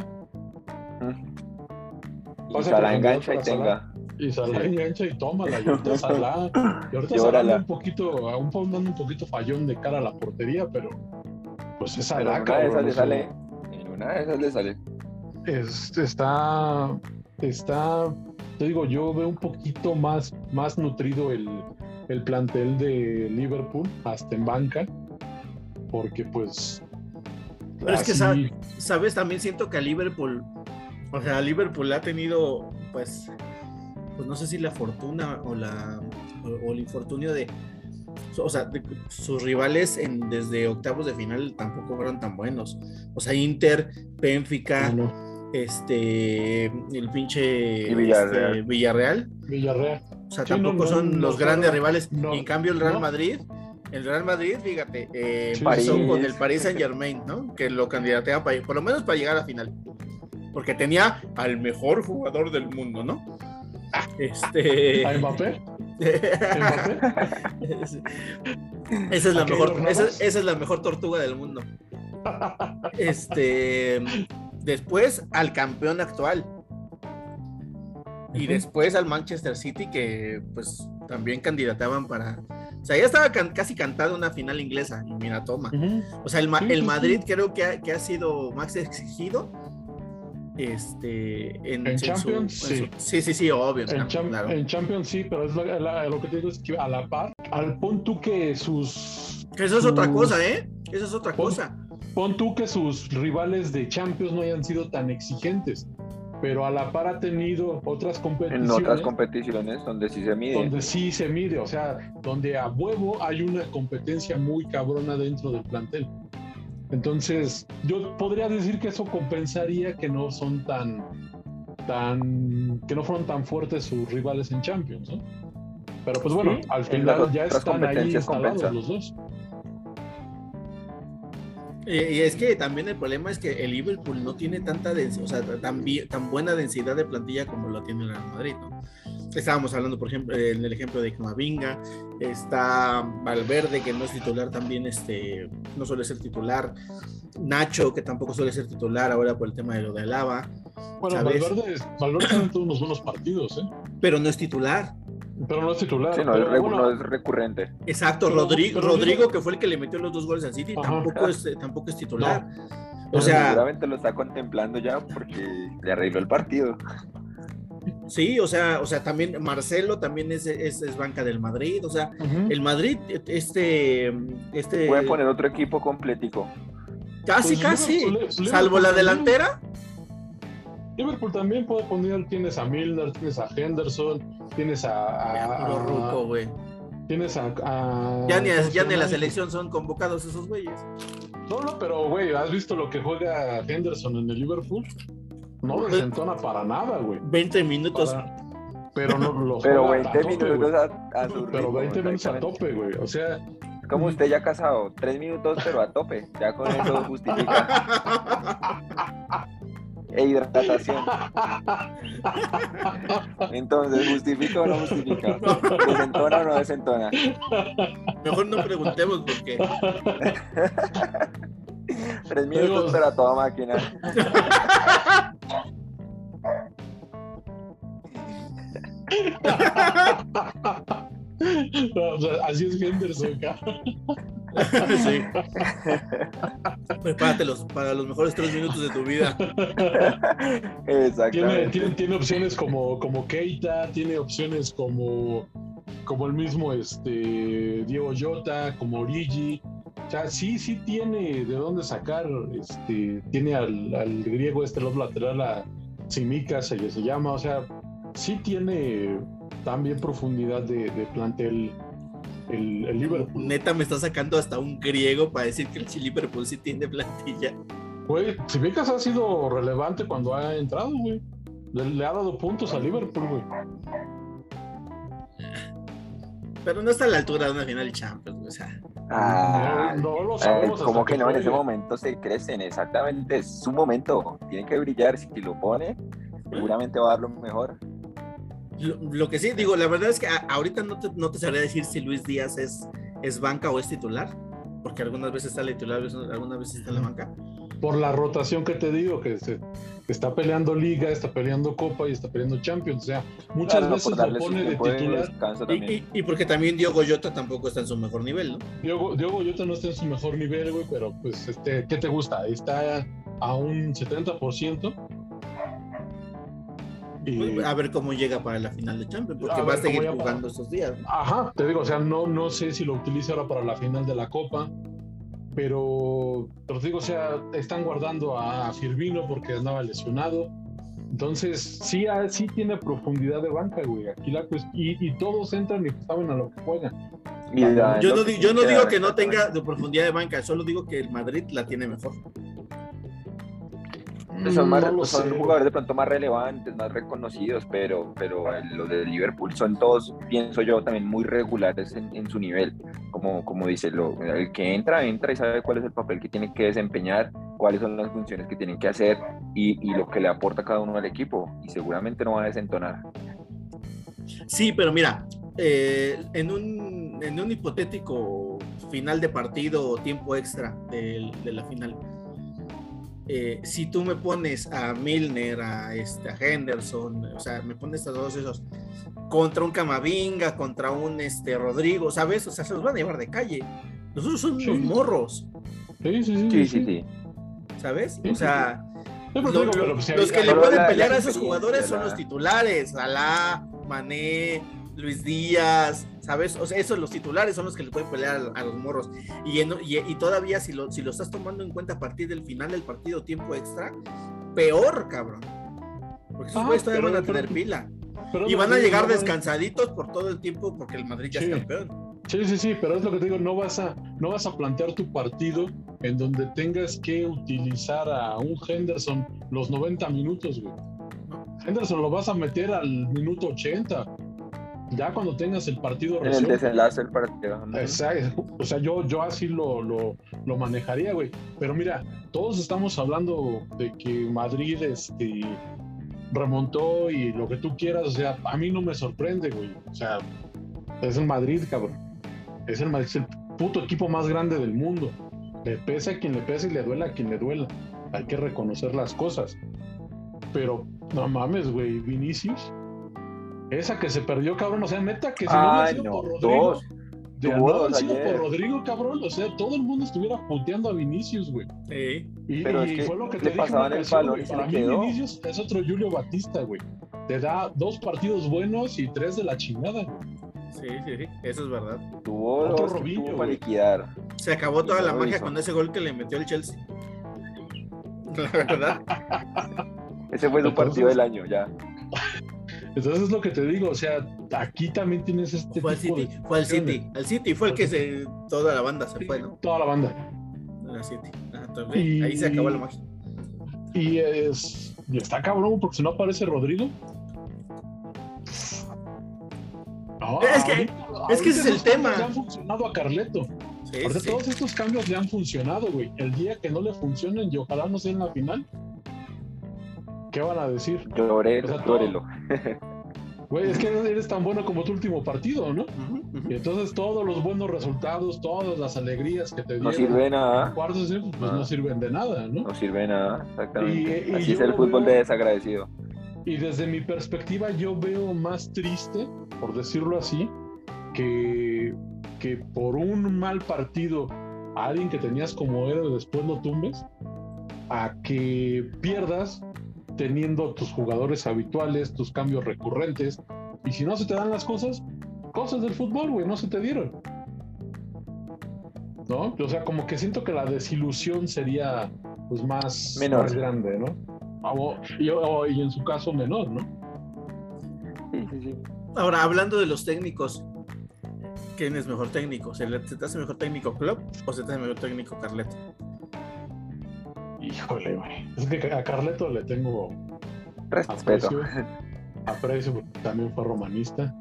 Y Pase Salah profundidad engancha y para Salah. tenga. Y Salah Sí. engancha y tómala. Y ahorita Salah, y ahorita Salah Llórala. anda un poquito, aún anda un poquito fallón de cara a la portería, pero pues es Pero Salah, en una de esas cabrón. le o sea, sale. En una de esas le sale. es- está, está, te digo, yo veo un poquito más, más nutrido el, el plantel de Liverpool, hasta en banca, porque pues... Pero es que, así- ¿sabes? ¿sabes? También siento que a Liverpool, o sea, Liverpool ha tenido, pues, pues no sé si la fortuna o la o, o el infortunio de, o sea, de, sus rivales en, desde octavos de final tampoco fueron tan buenos. O sea, Inter, Benfica, no, no. este, el pinche Y Villarreal. este, Villarreal. Villarreal. O sea, Sí, tampoco no, no, son no los fueron- grandes rivales. no, Y en cambio el Real no. Madrid, el Real Madrid, fíjate, eh, Sí, empezó sí. con el Paris Saint Germain, ¿no? Que lo candidateaba para, por lo menos para llegar a la final. Porque tenía al mejor jugador del mundo, ¿no? Este. ¿A Mbappé? esa es la ¿A mejor, Keylor esa, Navas? esa es la mejor tortuga del mundo. Este. Después al campeón actual. Y Ujú. después al Manchester City, que pues también candidataban para. O sea, ya estaba can- casi cantada una final inglesa, y mira, toma. Ujú. O sea, el, Ma- Sí, el sí, Madrid sí. creo que ha, que ha sido más exigido. Este, en, En su- Champions, en su- sí. sí, sí, sí, obvio. En, claro, Cham- claro. en Champions sí, pero es la- la- lo que te digo es que a la par, al pon tú que sus... Que eso es sus- otra cosa, ¿eh? Eso es otra Pon- cosa. Pon tú que sus rivales de Champions no hayan sido tan exigentes, pero a la par ha tenido otras En competiciones otras competiciones donde sí se mide. donde sí se mide, o sea, donde a huevo hay una competencia muy cabrona dentro del plantel. Entonces, yo podría decir que eso compensaría que no son tan, tan, que no fueron tan fuertes sus rivales en Champions, ¿no? Pero pues bueno, Sí, al en final las ya otras están ahí competencias instalados compensa. los dos. Y, y es que también el problema es que el Liverpool no tiene tanta densidad, o sea, tan, bi- tan buena densidad de plantilla como lo tiene el Real Madrid, ¿no? Estábamos hablando, por ejemplo, en el ejemplo de Camavinga, está Valverde, que no es titular también, este, no suele ser titular, Nacho, que tampoco suele ser titular ahora por el tema de lo de Alaba, Bueno, ¿sabes? Valverde, Valverde está en todos unos buenos partidos, ¿eh? Pero no es titular. Pero no es titular. Sí, no, pero es, re- bueno, no es recurrente. Exacto, Pero- Rodrigo, pero Rodrigo, digo- que fue el que le metió los dos goles al City, Ajá. tampoco es, eh, tampoco es titular. O Pero sea, seguramente lo está contemplando ya porque le arregló el partido. sí, o sea, o sea, también Marcelo también es, es, es banca del Madrid, o sea, ujú. el Madrid, este, este, Puede poner otro equipo completico. casi, Pues casi, Liverpool- Liverpool salvo la también. delantera, Liverpool también puede poner, tienes a Milner, tienes a Henderson, tienes a... a- puro ruco, güey. Tienes a... a- Ya ni, ¿cómo se ya ni a la llama? selección son convocados esos güeyes. No, no, pero güey, ¿has visto lo que juega Henderson en el Liverpool? No desentona para nada, güey. veinte minutos. Para- Pero no lo Pero juega a veinte tope, minutos güey. a, a su Pero ritmo, veinte minutos a exactamente. tope, güey. O sea, Es como usted ya casado, tres minutos pero a tope. Ya con eso justifica. e hidratación. Entonces, ¿justifica o no justifica? ¿Desentona o no desentona? Mejor no preguntemos porque... Tres minutos para toda máquina. No, o sea, así es Henderson, cabrón. Sí. Prepáratelos para los mejores tres minutos de tu vida. Tiene, tiene, tiene opciones como, como Keita, tiene opciones como, como el mismo este, Diego Jota, como Origi. O sea, sí, sí tiene de dónde sacar. Este, tiene al, al griego este, el otro lateral, a Tsimikas, se, se llama. O sea, sí tiene también profundidad de, de plantel. El, el Liverpool. Neta, me está sacando hasta un griego para decir que el Liverpool sí tiene plantilla. Güey, Tsimikas ha sido relevante cuando ha entrado, güey. Le, le ha dado puntos a Liverpool, güey. Pero no está a la altura de una final de Champions, güey. O sea. Ah, no, no lo sabemos. Eh, como que, que no, en ese momento se crecen, exactamente. Es su momento. Tiene que brillar. Si lo pone, seguramente va a dar lo mejor. Lo, lo que sí, digo, la verdad es que a, ahorita no te, no te sabría decir si Luis Díaz es, es banca o es titular, porque algunas veces está la titular, algunas veces está en la banca. Por la rotación que te digo, que, se, que está peleando Liga, está peleando Copa y está peleando Champions, o sea, muchas claro, veces lo pone de titular. De y, y, y porque también Diogo Jota tampoco está en su mejor nivel, ¿no? Diogo, Diogo Jota no está en su mejor nivel, güey, pero pues, este, ¿qué te gusta? Está a un setenta por ciento. Y... a ver cómo llega para la final de Champions, porque a va a seguir jugando para... estos días. Ajá, te digo, o sea, no, no sé si lo utiliza ahora para la final de la Copa, pero te digo, o sea, están guardando a Firmino porque andaba lesionado. Entonces, sí, sí tiene profundidad de banca, güey. Aquí la pues, y, y todos entran y saben a lo que juegan. Mira, yo no, yo no digo que no tenga de profundidad de banca, solo digo que el Madrid la tiene mejor. Son, más, no son jugadores de pronto más relevantes, más reconocidos, pero, pero los de Liverpool son todos, pienso yo, también muy regulares en, en su nivel. Como, como dice, lo, el que entra, entra y sabe cuál es el papel que tiene que desempeñar, cuáles son las funciones que tienen que hacer y, y lo que le aporta cada uno al equipo. Y seguramente no va a desentonar. Sí, pero mira, eh, en, un, en un hipotético final de partido o tiempo extra de, de la final, Eh, si tú me pones a Milner, a, este, a Henderson, o sea, me pones a todos esos contra un Camavinga, contra un este, Rodrigo, ¿sabes? O sea, se los van a llevar de calle. Nosotros somos sí. unos morros. Sí, sí, sí. sí, sí, sí. ¿Sabes? Sí, o sea, sí, sí. lo, lo, los que le pueden pelear a esos jugadores son los titulares. Salah, Mané, Luis Díaz, ¿sabes? O sea, esos los titulares son los que le pueden pelear a, a los morros. Y, en, y, y todavía, si lo, si lo estás tomando en cuenta a partir del final del partido, tiempo extra, peor, cabrón. Porque esos güeyes ah, todavía van a tener pero, pila. Pero y van a llegar no, descansaditos por todo el tiempo porque el Madrid ya sí. es campeón. Sí, sí, sí, pero es lo que te digo, no vas a, no vas a plantear tu partido en donde tengas que utilizar a un Henderson los noventa minutos, güey. No. Henderson lo vas a meter al minuto ochenta. Ya cuando tengas el partido en el desenlace del partido. Exacto. O sea, yo, yo así lo, lo, lo manejaría, güey. Pero mira, todos estamos hablando de que Madrid este, remontó y lo que tú quieras. O sea, a mí no me sorprende, güey. O sea, es el Madrid, cabrón. Es el Madrid, es el puto equipo más grande del mundo. Le pesa a quien le pesa y le duela a quien le duela. Hay que reconocer las cosas. Pero, no mames, güey, Vinicius. Esa que se perdió, cabrón, o sea, neta, que si Ay, no hubiera sido no, por Rodrigo, dos, de no haber sido por Rodrigo, cabrón, o sea, todo el mundo estuviera puteando a Vinicius, güey. Sí. Y, Pero y es que fue lo que te dije, pasaban el palo, güey. Para mí quedó. Vinicius es otro Julio Batista, güey. Te da dos partidos buenos y tres de la chingada, güey. Sí, sí, sí, eso es verdad. Tuvo otro Robinho para liquidar. Se acabó toda la magia con ese gol que le metió el Chelsea. La verdad. Ese fue su partido del año, ya. Entonces es lo que te digo, o sea, aquí también tienes este fue tipo al City, de... Fue al City, al City fue el que se... Toda la banda se fue, ¿no? Toda la banda. Al City. Ah, y... Ahí se acabó la magia. Y es... Y está cabrón, porque si no aparece Rodrigo. No, es que, ahorita, es que ese es el tema. Le han funcionado a Carleto. Sí, Porque sí. Todos estos cambios le han funcionado, güey. El día que no le funcionen y ojalá no sea en la final. ¿qué van a decir? Llórelo, o sea, llórelo. Güey, es que eres tan bueno como tu último partido, ¿no? Uh-huh, uh-huh. Y entonces todos los buenos resultados, todas las alegrías que te dieron... No sirve de nada. Cuartos, pues no. no sirven de nada, ¿no? No sirve de nada, exactamente. Y, y Así es el fútbol veo, de desagradecido. Y desde mi perspectiva yo veo más triste, por decirlo así, que, que por un mal partido a alguien que tenías como héroe después lo tumbes, a que pierdas teniendo tus jugadores habituales, tus cambios recurrentes, y si no se te dan las cosas, cosas del fútbol, güey, no se te dieron, ¿no? O sea, como que siento que la desilusión sería, pues, más, menor. más grande, ¿no? O, y, o, y en su caso menor, ¿no? Sí, sí, sí. Ahora, hablando de los técnicos, ¿quién es mejor técnico? ¿Se, le, ¿Se te hace mejor técnico Klopp o se te hace mejor técnico Carleto? Híjole, güey. Es que a Carleto le tengo respeto. Aprecio, aprecio porque también fue romanista.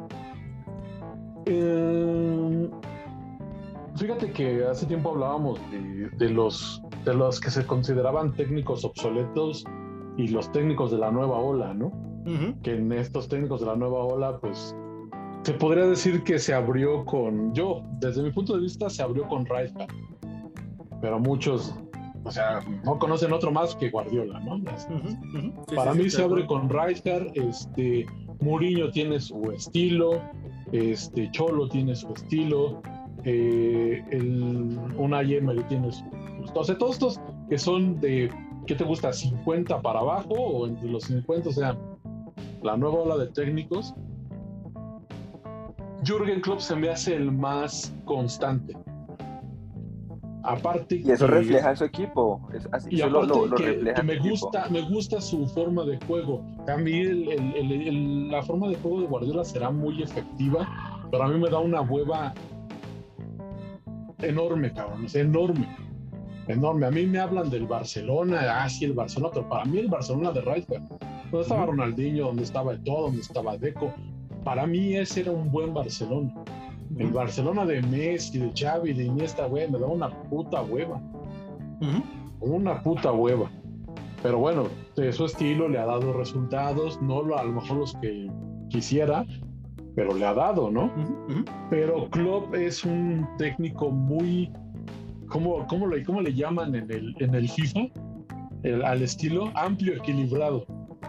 Eh, fíjate que hace tiempo hablábamos de, de, los, de los que se consideraban técnicos obsoletos y los técnicos de la nueva ola, ¿no? Uh-huh. Que en estos técnicos de la nueva ola, pues, se podría decir que se abrió con... Yo, desde mi punto de vista, se abrió con Rijkaard. Pero muchos... O sea, no conocen otro más que Guardiola, ¿no? Uh-huh, uh-huh. Sí, Para sí, mí sí, se abre con Rijkaard, este, Mourinho tiene su estilo, este, Cholo tiene su estilo, eh, el, Unai Emery tiene su... O sea, todos estos que son de, ¿qué te gusta? cincuenta para abajo o entre los cincuenta, o sea, la nueva ola de técnicos. Jürgen Klopp se me hace el más constante. Aparte y eso que, refleja a su equipo. Es así, y aparte lo, lo, lo que, que me equipo. gusta, me gusta su forma de juego. A mí el, el, el, el, la forma de juego de Guardiola será muy efectiva, pero a mí me da una hueva enorme, cabrón, es enorme, enorme. A mí me hablan del Barcelona, ah, sí, el Barcelona, pero para mí el Barcelona de Rijkaard, donde estaba Ronaldinho, donde estaba Eto'o, donde estaba Deco, para mí ese era un buen Barcelona. El Barcelona de Messi, de Xavi, de Iniesta, güey, me da una puta hueva. Uh-huh. Una puta hueva. Pero bueno, de su estilo le ha dado resultados, no lo, a lo mejor los que quisiera, pero le ha dado, ¿no? Uh-huh. Pero Klopp es un técnico muy... ¿Cómo, cómo, le, cómo le llaman en el, en el FIFA? El, al estilo amplio equilibrado.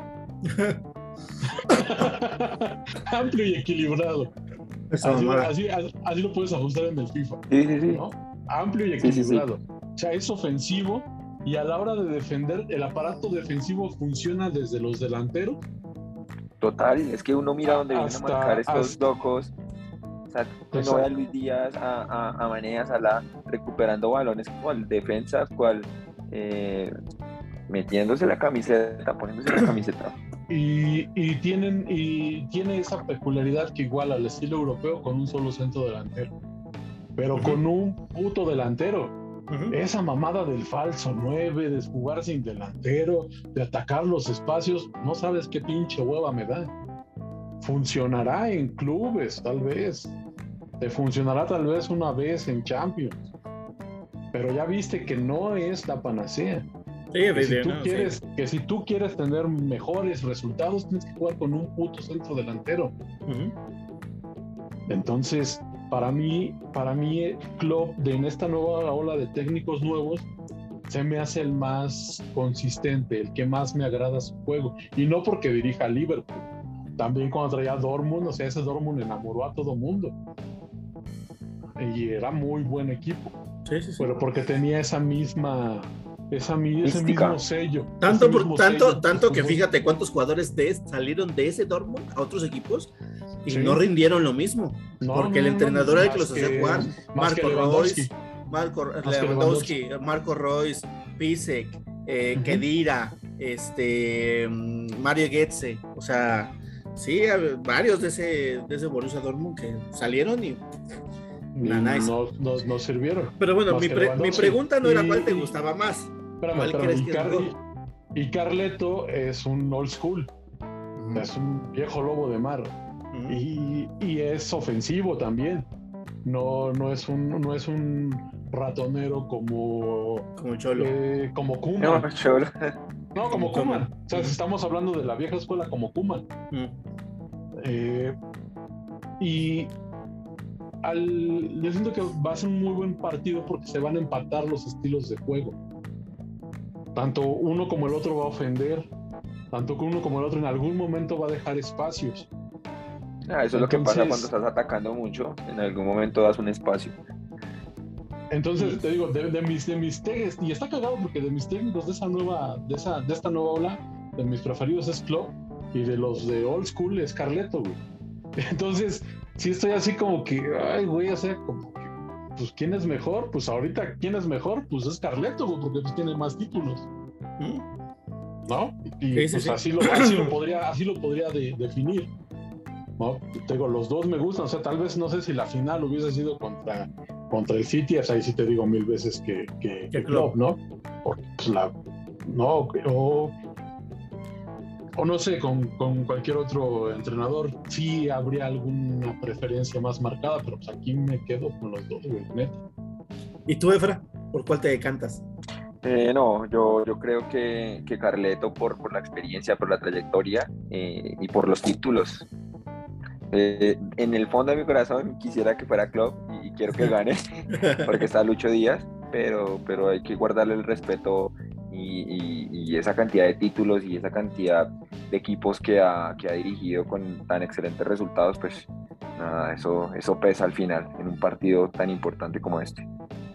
Amplio y equilibrado. Así, así, así lo puedes ajustar en el FIFA. Sí, sí, sí. ¿No? Amplio y equilibrado. Sí, sí, sí. O sea, es ofensivo y a la hora de defender, el aparato defensivo funciona desde los delanteros. Total, es que uno mira dónde vienen a marcar estos hasta, locos. O sea, uno ve a Luis Díaz, a, a, a Mané, a Salah recuperando balones, cual defensa, cual eh, metiéndose la camiseta, poniéndose la camiseta. Y, y, tienen, y tiene esa peculiaridad que igual al estilo europeo con un solo centro delantero, pero uh-huh. con un puto delantero. Uh-huh. Esa mamada del falso nueve, de jugar sin delantero, de atacar los espacios, no sabes qué pinche hueva me da. Funcionará en clubes, tal vez. Te funcionará tal vez una vez en Champions. Pero ya viste que no es la panacea. Sí, que, si tú no, quieres, sí. que si tú quieres tener mejores resultados, tienes que jugar con un puto centro delantero. Uh-huh. Entonces, para mí, para mí, Klopp, de, en esta nueva ola de técnicos nuevos, se me hace el más consistente, el que más me agrada su juego. Y no porque dirija a Liverpool. También cuando traía a Dortmund, o sea, ese Dortmund enamoró a todo mundo. Y era muy buen equipo. Sí, sí, sí. Pero porque tenía esa misma... Esa, ese mismo sello. Tanto, por, mismo tanto, sello tanto que fíjate cuántos jugadores de, salieron de ese Dortmund a otros equipos y sí. no rindieron lo mismo. No, porque no, el entrenador no, era el que los hacía jugar. Marco Royce, Marco Lewandowski, Marco Royce, Pisek, eh, uh-huh. Khedira, este, Mario Götze. O sea, sí, varios de ese, de ese Borussia Dortmund que salieron y... Nah, nice. no, no, no sirvieron. Pero bueno, mi, pre, mi pregunta no y, era cuál te gustaba más. Espérame, ¿Cuál espérame, crees y, que Car y, y Carleto es un old school. Uh-huh. Es un viejo lobo de mar. Uh-huh. y, y es ofensivo también. No, no, es un, no es un ratonero como como Cholo. Eh, como Koeman. No, Cholo. No, como Koeman. O sea, estamos hablando de la vieja escuela como Koeman. Mm. Eh, y al, yo siento que va a ser un muy buen partido porque se van a empatar los estilos de juego. Tanto uno como el otro va a ofender, tanto que uno como el otro en algún momento va a dejar espacios. Ah, eso es entonces, lo que pasa cuando estás atacando mucho, en algún momento das un espacio. Entonces, te digo, de, de mis, de mis técnicos, y está cagado porque de mis técnicos de esa nueva, de esa, de esta nueva ola, de mis preferidos es Klopp, y de los de old school es Carleto, güey. Entonces, sí estoy así como que, ay, güey, o sea, como que, pues, ¿quién es mejor? Pues ahorita, ¿quién es mejor? Pues es Carleto, güey, porque pues tiene más títulos. ¿No? Y sí, sí, pues sí. Así, lo, así lo podría, así lo podría de, definir. ¿No? Te digo, los dos me gustan, o sea, tal vez no sé si la final hubiese sido contra, contra el City, o sea, ahí sí te digo mil veces que, que, que Klopp, ¿no? Porque, pues, la, no, o, o no sé, con, con cualquier otro entrenador sí habría alguna preferencia más marcada, pero pues aquí me quedo con los dos, güey, neta. ¿Y tú, Efra? ¿Por cuál te decantas? Eh, no, yo, yo creo que, que Carleto por, por la experiencia, por la trayectoria eh, y por los títulos. Eh, en el fondo de mi corazón quisiera que fuera Klopp y, y quiero que gane porque está Lucho Díaz, pero, pero hay que guardarle el respeto y, y, y esa cantidad de títulos y esa cantidad de equipos que ha, que ha dirigido con tan excelentes resultados, pues nada, eso, eso pesa al final en un partido tan importante como este.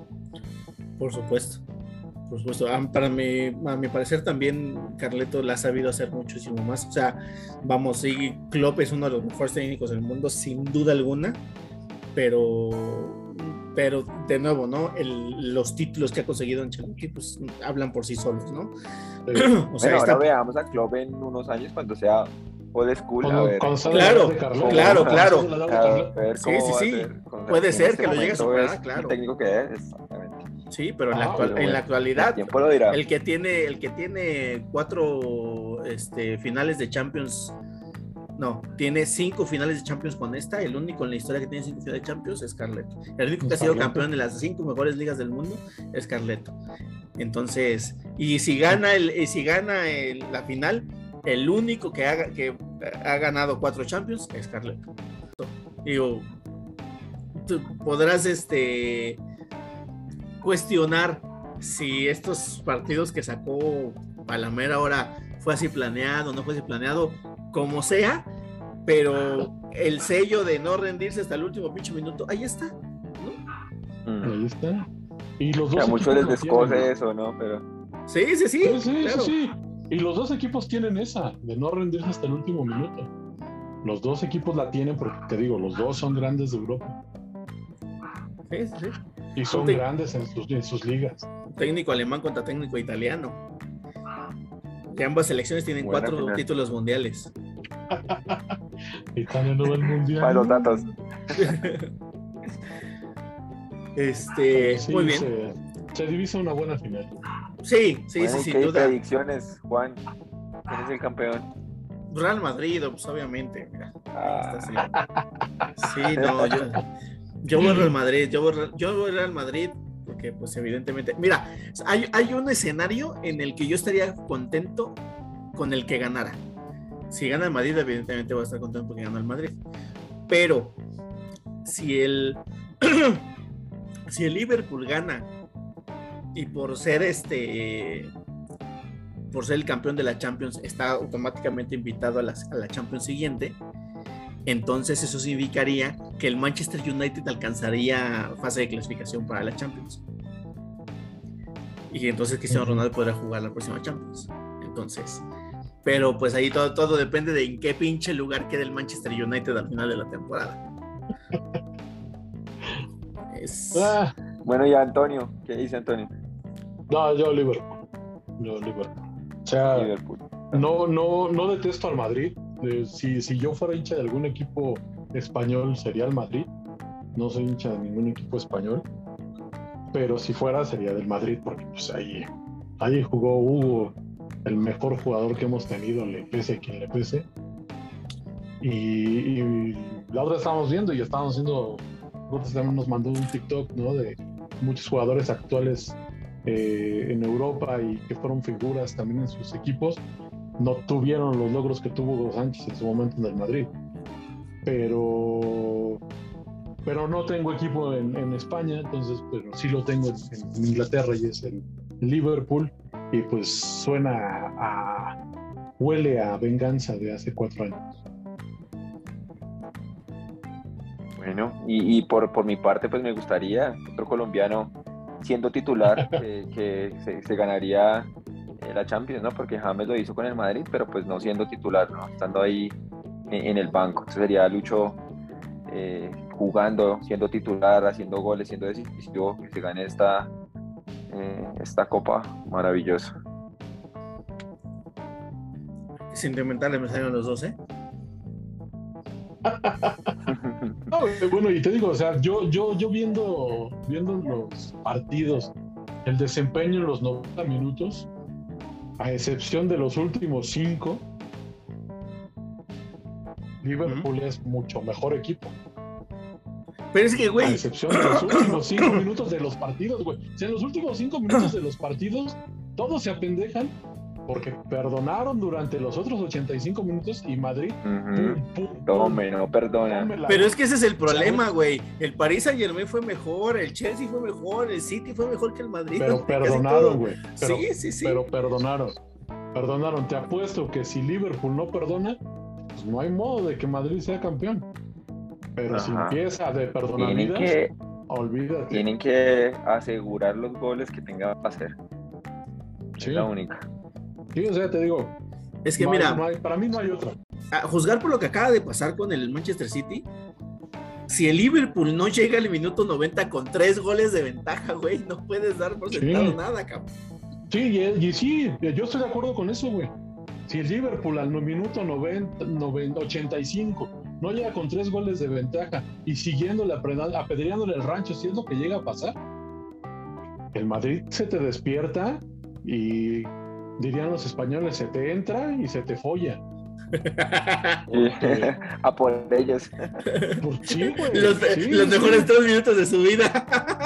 Por supuesto. Por supuesto, para mi, a mi parecer también Carleto la ha sabido hacer muchísimo más. O sea, vamos, sí, Klopp es uno de los mejores técnicos del mundo, sin duda alguna, pero, pero de nuevo, ¿no? El, los títulos que ha conseguido Ancelotti, pues hablan por sí solos, ¿no? Sí. O sea, bueno, ahora esta... veamos a Klopp en unos años cuando sea old school. Cuando, a ver. Claro, claro, claro. A ver sí, sí, sí. Puede ser que lo llegue a superar, claro. El técnico que es, exactamente. Sí, pero en, ah, la, actual, bueno, en la actualidad, el que tiene, el que tiene cuatro este, finales de Champions, no, tiene cinco finales de Champions con esta, el único en la historia que tiene cinco finales de Champions es Carleto. El único que ha sido campeón de las cinco mejores ligas del mundo es Carleto. Entonces, y si gana, el, y si gana el, la final, el único que ha, que ha ganado cuatro Champions es Carleto. Digo, tú podrás, este... cuestionar si estos partidos que sacó Palamera ahora fue así planeado, no fue así planeado, como sea, pero el sello de no rendirse hasta el último pinche minuto, ahí está, ¿no? Mm. Ahí está. Y los dos o sea, muchos les descoce eso, ¿no? Pero... Sí, sí, sí. Sí, sí, claro. sí, sí. Y los dos equipos tienen esa, de no rendirse hasta el último minuto. Los dos equipos la tienen porque, te digo, los dos son grandes de Europa. Sí, sí, sí. Y son te... grandes en sus, en sus ligas. Técnico alemán contra técnico italiano. Y ambas selecciones tienen Buena cuatro final. títulos mundiales. Italia no va al mundial. Para los datos. este, sí, muy bien. Se, se divisa una buena final. Sí, sí, bueno, sí, sin ¿qué duda. predicciones, Juan? ¿Quién es el campeón? Real Madrid, pues obviamente. Mira, ah. Sí, no, yo. Yo voy al Real Madrid, yo voy, yo voy al Real Madrid porque pues evidentemente, mira, hay, hay un escenario en el que yo estaría contento con el que ganara. Si gana el Madrid, evidentemente voy a estar contento porque gana el Madrid. Pero si el si el Liverpool gana y por ser este por ser el campeón de la Champions está automáticamente invitado a la, a la Champions siguiente, entonces eso significaría que el Manchester United alcanzaría fase de clasificación para la Champions. Y entonces Cristiano Ronaldo podrá jugar la próxima Champions. Entonces, pero pues ahí todo, todo depende de en qué pinche lugar quede el Manchester United al final de la temporada. Es... Ah, bueno, y Antonio, ¿qué dice Antonio? No, yo Liverpool. Yo Liverpool. O sea, Liverpool. No, no, no detesto al Madrid. Eh, si, si yo fuera hincha de algún equipo español sería el Madrid. No soy hincha de ningún equipo español, pero si fuera sería del Madrid porque pues ahí, ahí jugó Hugo, el mejor jugador que hemos tenido, le pese a quien le pese. Y, y la otra estábamos viendo y estábamos haciendo, nosotros también nos mandó un TikTok, ¿no? De muchos jugadores actuales eh, en Europa y que fueron figuras también en sus equipos, no tuvieron los logros que tuvo Hugo Sánchez en su momento en el Madrid. Pero, pero no tengo equipo en, en España, entonces pero sí lo tengo en, en Inglaterra y es el Liverpool, y pues suena a, a huele a venganza de hace cuatro años. Bueno, y, y por, por mi parte, pues me gustaría otro colombiano siendo titular que, que se, se ganaría eh, la Champions, ¿no? Porque James lo hizo con el Madrid, pero pues no siendo titular, ¿no? Estando ahí en, en el banco. Entonces sería Lucho eh, jugando, siendo titular, haciendo goles, siendo decisivo, que se gane esta, eh, esta copa. Maravilloso. Sentimentales me salieron los dos, ¿eh? No, bueno, y te digo, o sea, yo, yo, yo viendo, viendo los partidos, el desempeño en los noventa minutos, a excepción de los últimos cinco, Liverpool uh-huh. es mucho mejor equipo. Pero es que, güey. A excepción de los últimos cinco minutos de los partidos, güey. O sea, en los últimos cinco minutos de los partidos, todos se apendejan porque perdonaron durante los otros ochenta y cinco minutos y Madrid uh-huh. pum, pum, Tome, pum, no perdona. Pero es que ese es el problema, güey. El Paris Saint-Germain fue mejor, el Chelsea fue mejor, el City fue mejor que el Madrid. Pero perdonaron, güey. Sí, sí, sí. Pero perdonaron. Perdonaron. Te apuesto que si Liverpool no perdona, pues no hay modo de que Madrid sea campeón. Pero Ajá. si empieza de perdonar tienen vidas, que, olvídate. Tienen que asegurar los goles que tenga para hacer. Sí. Es la única. Sí, o sea, te digo. Es que no mira, hay, no hay, para mí no hay otra. A juzgar por lo que acaba de pasar con el Manchester City, si el Liverpool no llega al minuto noventa con tres goles de ventaja, güey, no puedes dar por sentado sí. nada, cabrón. Sí, y, y sí, yo estoy de acuerdo con eso, güey. Si el Liverpool al minuto noventa, noventa, ochenta y cinco no llega con tres goles de ventaja y siguiéndole, apedreándole el rancho, si es lo que llega a pasar, el Madrid se te despierta y dirían los españoles, se te entra y se te folla. Porque... a por ellos. Pues sí, güey. Los, sí, los sí. mejores tres minutos de su vida.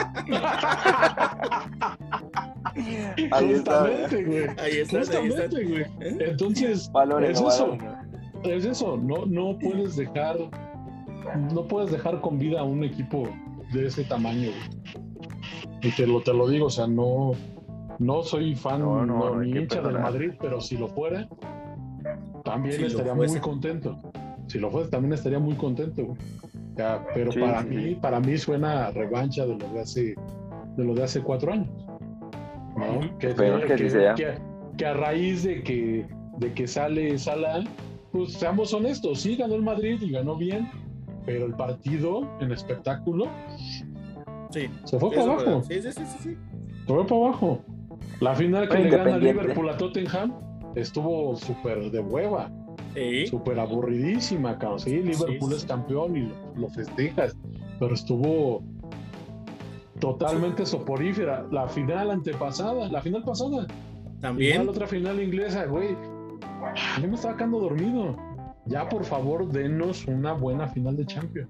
Ahí Justamente, güey. Ahí está. Justamente, güey. Entonces, valores, es no, eso. valores. Es eso. No, no puedes dejar, no puedes dejar con vida a un equipo de ese tamaño, güey. Y te lo, te lo digo, o sea, no, no soy fan no, no, no, no ni hincha del Madrid, pero si lo fuera, también si estaría muy contento. Si lo fuese, también estaría muy contento, güey. Ya, pero sí, para sí. mí, para mí suena a revancha de lo de hace, de lo de hace cuatro años. ¿No? Que, que, que, que, sea. que, que a raíz de que, de que sale Salah, pues seamos honestos, sí ganó el Madrid y ganó bien, pero el partido en espectáculo sí. se fue para abajo. Sí, sí, sí, sí, sí. Se fue para abajo. La final que le gana Liverpool a Tottenham estuvo súper de hueva. Sí. Súper aburridísima, cabrón. Sí, Liverpool sí, sí. es campeón y lo, lo festejas, pero estuvo totalmente sí. soporífera. La final antepasada, la final pasada. También. La otra final inglesa, güey. Yo me estaba quedando dormido. Ya, por favor, denos una buena final de Champions.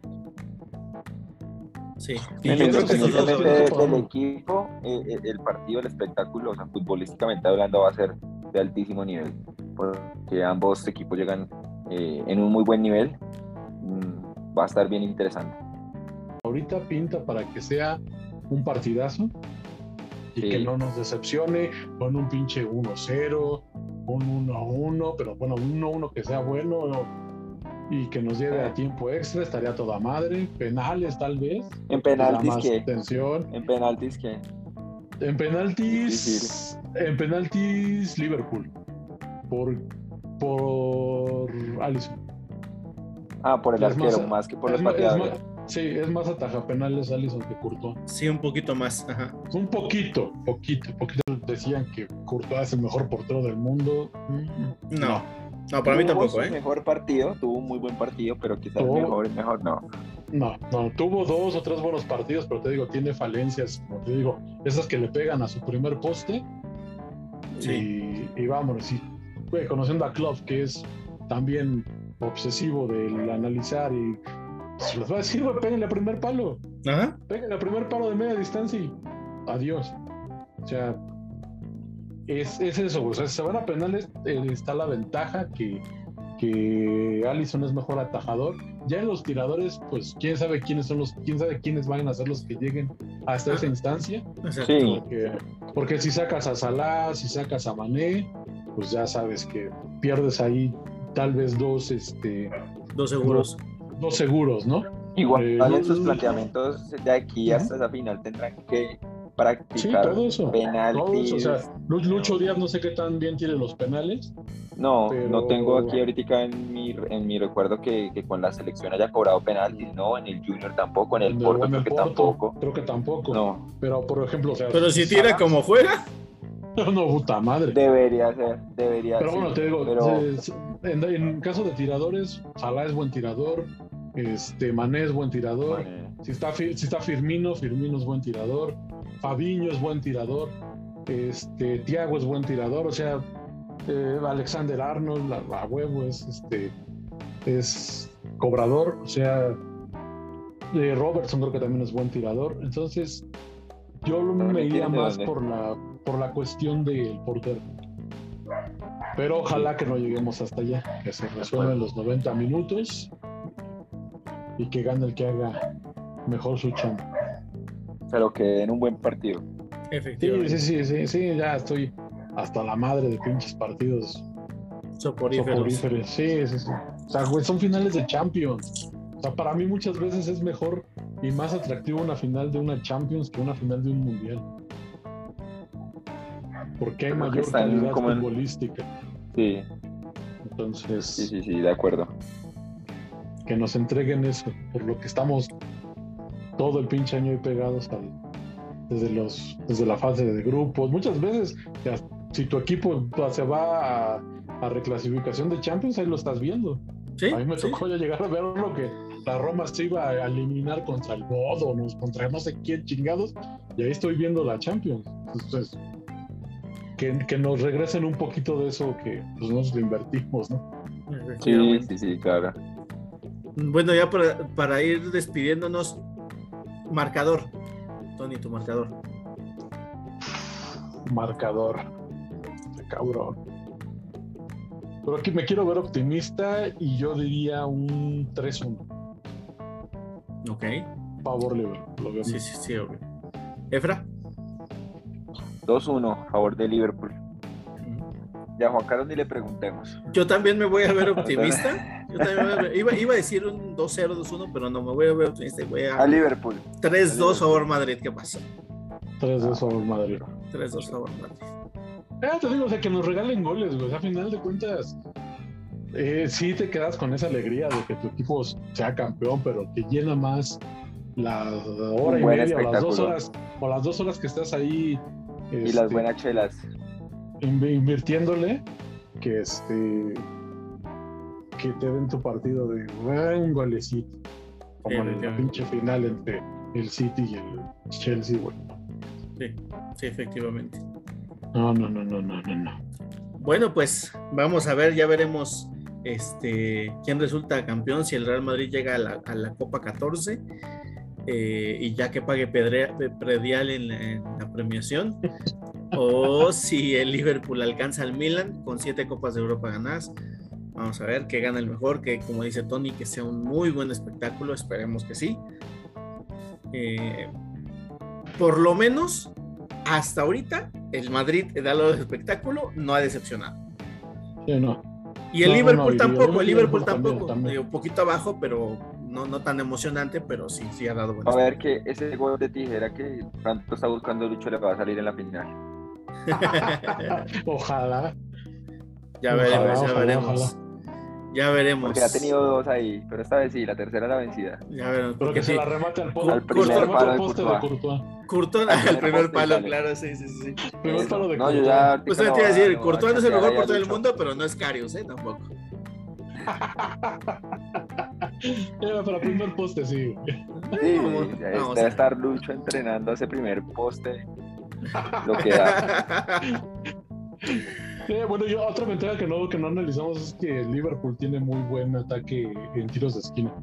Sí. Y yo creo que simplemente del equipo, eh, el partido, el espectáculo, o sea, futbolísticamente hablando, va a ser de altísimo nivel, porque ambos equipos llegan eh, en un muy buen nivel. Mm, va a estar bien interesante. Ahorita pinta para que sea un partidazo y sí. que no nos decepcione con un pinche uno cero, un uno uno, pero bueno, un uno uno que sea bueno y que nos lleve a tiempo extra, estaría toda madre. Penales tal vez. En penaltis qué? Tensión. En penaltis qué? En penaltis, en penaltis Liverpool. Por por Alisson. Ah, por el es arquero más, más que por los pateadores. Sí, es más atajapenales Alisson que Courtois. Sí, un poquito más. Ajá. Un poquito, poquito, poquito. Decían que Courtois es el mejor portero del mundo. No. no. No, para mí tampoco, ¿eh? Mejor partido, tuvo un muy buen partido, pero quizás tuvo... mejor, mejor no. No, no, tuvo dos o tres buenos partidos, pero te digo, tiene falencias, como te digo, esas que le pegan a su primer poste. Sí. Y, y vámonos, y, güey, conociendo a Klopp, que es también obsesivo del analizar y se les va a decir, güey, pégale al primer palo. Ajá. Pégale al primer palo de media distancia y adiós. O sea, es, es eso, o sea, si se van a penales, eh, está la ventaja que, que Alisson es mejor atajador. Ya en los tiradores, pues quién sabe quiénes son los, quién sabe quiénes van a ser los que lleguen hasta ah, esa instancia. Sí. Porque, porque si sacas a Salah, si sacas a Mané, pues ya sabes que pierdes ahí tal vez dos, este, dos seguros. Dos, dos seguros, ¿no? Igual eh, en sus planteamientos de aquí uh-huh. hasta esa final tendrán que practicar sí, todo eso, penaltis. Todo eso, o sea, Lucho Díaz no sé qué tan bien tiene los penales. No, pero... no tengo aquí ahorita en mi, en mi recuerdo que, que con la selección haya cobrado penaltis, no, en el Junior tampoco, en el de, Porto en creo el que Porto, tampoco. Creo que tampoco. No. Pero por ejemplo, o sea, pero si tira Salah, como juega. No, puta madre. Debería ser, debería Pero sí, bueno, te digo, pero... en, en caso de tiradores, Salah es buen tirador, este, Mané es buen tirador, si está, si está Firmino, Firmino es buen tirador, Fabinho es buen tirador, este, Thiago es buen tirador, o sea, eh, Alexander Arnold, a, a huevo es, este, es cobrador, o sea, eh, Robertson creo que también es buen tirador, entonces yo me iría más por la, por la cuestión del portero. Pero ojalá que no lleguemos hasta allá, que se resuelvan los noventa minutos y que gane el que haga mejor su chamba. Pero que den un buen partido. Efectivamente. Sí, sí, sí, sí, sí, ya estoy hasta la madre de pinches partidos soporíferos. soporíferos. Sí, sí, sí. O sea, güey, son finales de Champions. O sea, para mí muchas veces es mejor y más atractivo una final de una Champions que una final de un Mundial. Porque hay Creo mayor calidad como en... futbolística. Sí. Entonces... Sí, sí, sí, de acuerdo. Que nos entreguen eso, por lo que estamos todo el pinche año ahí pegados al, desde, los, desde la fase de grupos. Muchas veces, ya, si tu equipo se va a, a reclasificación de Champions, ahí lo estás viendo. ¿Sí? A mí me ¿Sí? tocó ya llegar a ver lo que la Roma se iba a eliminar contra el Bodo, contra no sé quién chingados, y ahí estoy viendo la Champions. Entonces, que, que nos regresen un poquito de eso que pues, nos lo invertimos, ¿no? Sí, sí, sí, claro. Bueno, ya para, para ir despidiéndonos, marcador. Tony, tu marcador. Marcador. Cabrón. Pero aquí me quiero ver optimista y yo diría un tres uno. Ok. Favor Liverpool. Lo veo sí, sí, sí, obvio. ¿Efra? dos uno, favor de Liverpool. Ya Juan Carlos ni le preguntemos. Yo también me voy a ver optimista. Yo también a ver, iba, iba a decir un dos cero, dos uno, pero no, me voy a ver optimista y voy a... A Liverpool. tres dos favor Madrid, ¿qué pasa? tres dos favor Madrid. tres dos favor Madrid. Ya te digo, o sea, que nos regalen goles, güey. O sea, a final de cuentas, eh, sí te quedas con esa alegría de que tu equipo sea campeón, pero que llena más la hora y media o las dos horas, o las dos horas que estás ahí. Y este, las buenas chelas. Invirtiéndole, que este que te den tu partido de un golecito, como en la pinche final entre el City y el Chelsea, güey. Sí, sí, efectivamente. No, no, no, no, no, no, no. Bueno, pues vamos a ver, ya veremos este quién resulta campeón, si el Real Madrid llega a la, a la Copa catorce eh, y ya que pague pedre, predial en la, en la premiación, o si el Liverpool alcanza al Milan con siete Copas de Europa ganadas. Vamos a ver que gana el mejor, que como dice Tony, que sea un muy buen espectáculo, esperemos que sí. Eh, por lo menos hasta ahorita el Madrid, da lo de espectáculo, no ha decepcionado. Sí, no. Y el no, Liverpool no, tampoco, el Liverpool, Liverpool tampoco, también, también. un poquito abajo, pero no, no tan emocionante, pero sí, sí ha dado buen A ver que ese gol de tijera que tanto está buscando Lucho le va a salir en la final. Ojalá. Ya ojalá, veremos, ya ojalá, veremos. Ojalá. Ya veremos. Porque ha tenido dos ahí, pero esta vez sí, la tercera la vencida. Ya veremos. Pero que se la remate al, po- al primer poste, palo al de poste Courtois. de Courtois. Courtois al primer, primer palo, claro, sí, sí, sí. Primer Eso. palo de No, Courtois. yo ya. Pues te iba a decir, no, Courtois no es el ya mejor ya portero del Lucho. mundo, pero no es Karius, ¿eh? Tampoco. Ya, para primer poste, sí. Sí, Vamos, ya vamos debe a- estar Lucho entrenando ese primer poste. Lo que da. Eh, bueno, yo otra ventaja que no, que no analizamos es que el Liverpool tiene muy buen ataque en tiros de esquina.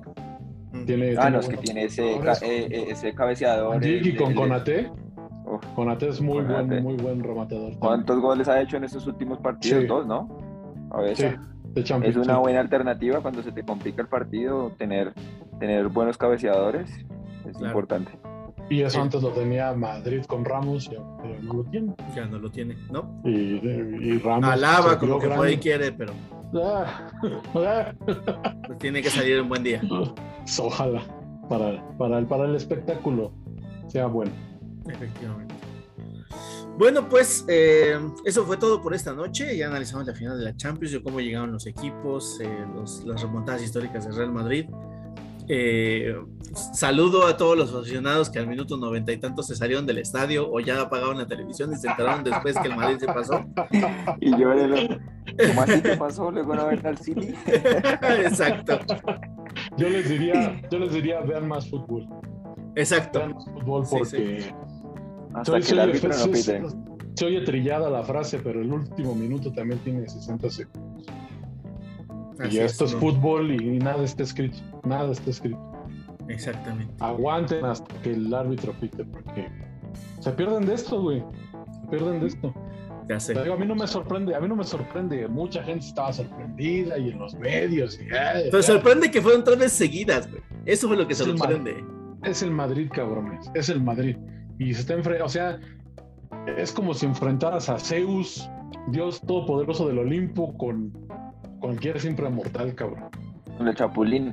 Tiene, Ah, tiene no, es que buenos tiene ese, ca- jugadores. eh, eh, ese cabeceador. Digi el- con el- Konaté. Uf, Konaté es muy Konaté. buen, muy buen rematador. También. ¿Cuántos goles ha hecho en estos últimos partidos? Sí. Dos, ¿no? A ver, Sí, de Champions, es una sí. buena alternativa cuando se te complica el partido, tener, tener buenos cabeceadores es Claro. importante. Y eso Sí. antes lo tenía Madrid con Ramos, y ahora no lo tiene. Ya no lo tiene, ¿no? Y, y Ramos Alaba se como vio que por ahí grande. quiere, pero Ah, ah. pues tiene que salir un buen día. Ojalá para, para, el, para el espectáculo sea bueno. Efectivamente. Bueno, pues eh, eso fue todo por esta noche. Ya analizamos la final de la Champions, de cómo llegaron los equipos, eh, los, las remontadas históricas del Real Madrid. Eh, saludo a todos los aficionados que al minuto noventa y tantos se salieron del estadio o ya apagaron la televisión y se enteraron después que el Madrid se pasó. Y yo era ¿cómo así te pasó? Luego no ver al City. Exacto. Yo les diría, yo les diría vean más fútbol. Exacto. Vean más fútbol Sí, porque sí. Hasta Soy- que soy el árbitro no soy- pite. Se oye trillada la frase, pero el último minuto también tiene sesenta segundos. Así Y esto es ¿no? fútbol y nada está escrito. Nada está escrito. Exactamente. Aguanten hasta que el árbitro pite, porque se pierden de esto, güey. Se pierden de esto. Ya sé. Te digo, a mí no me sorprende, a mí no me sorprende. Mucha gente estaba sorprendida y en los medios. Y, ay, Pero ay. sorprende que fueron tres veces seguidas, güey. Eso fue lo que Es el sorprende. Es el Madrid, cabrones. Es el Madrid. Y se está enfrentando, o sea, es como si enfrentaras a Zeus, Dios todopoderoso del Olimpo, con cualquier simple mortal, cabrón. Con el Chapulín.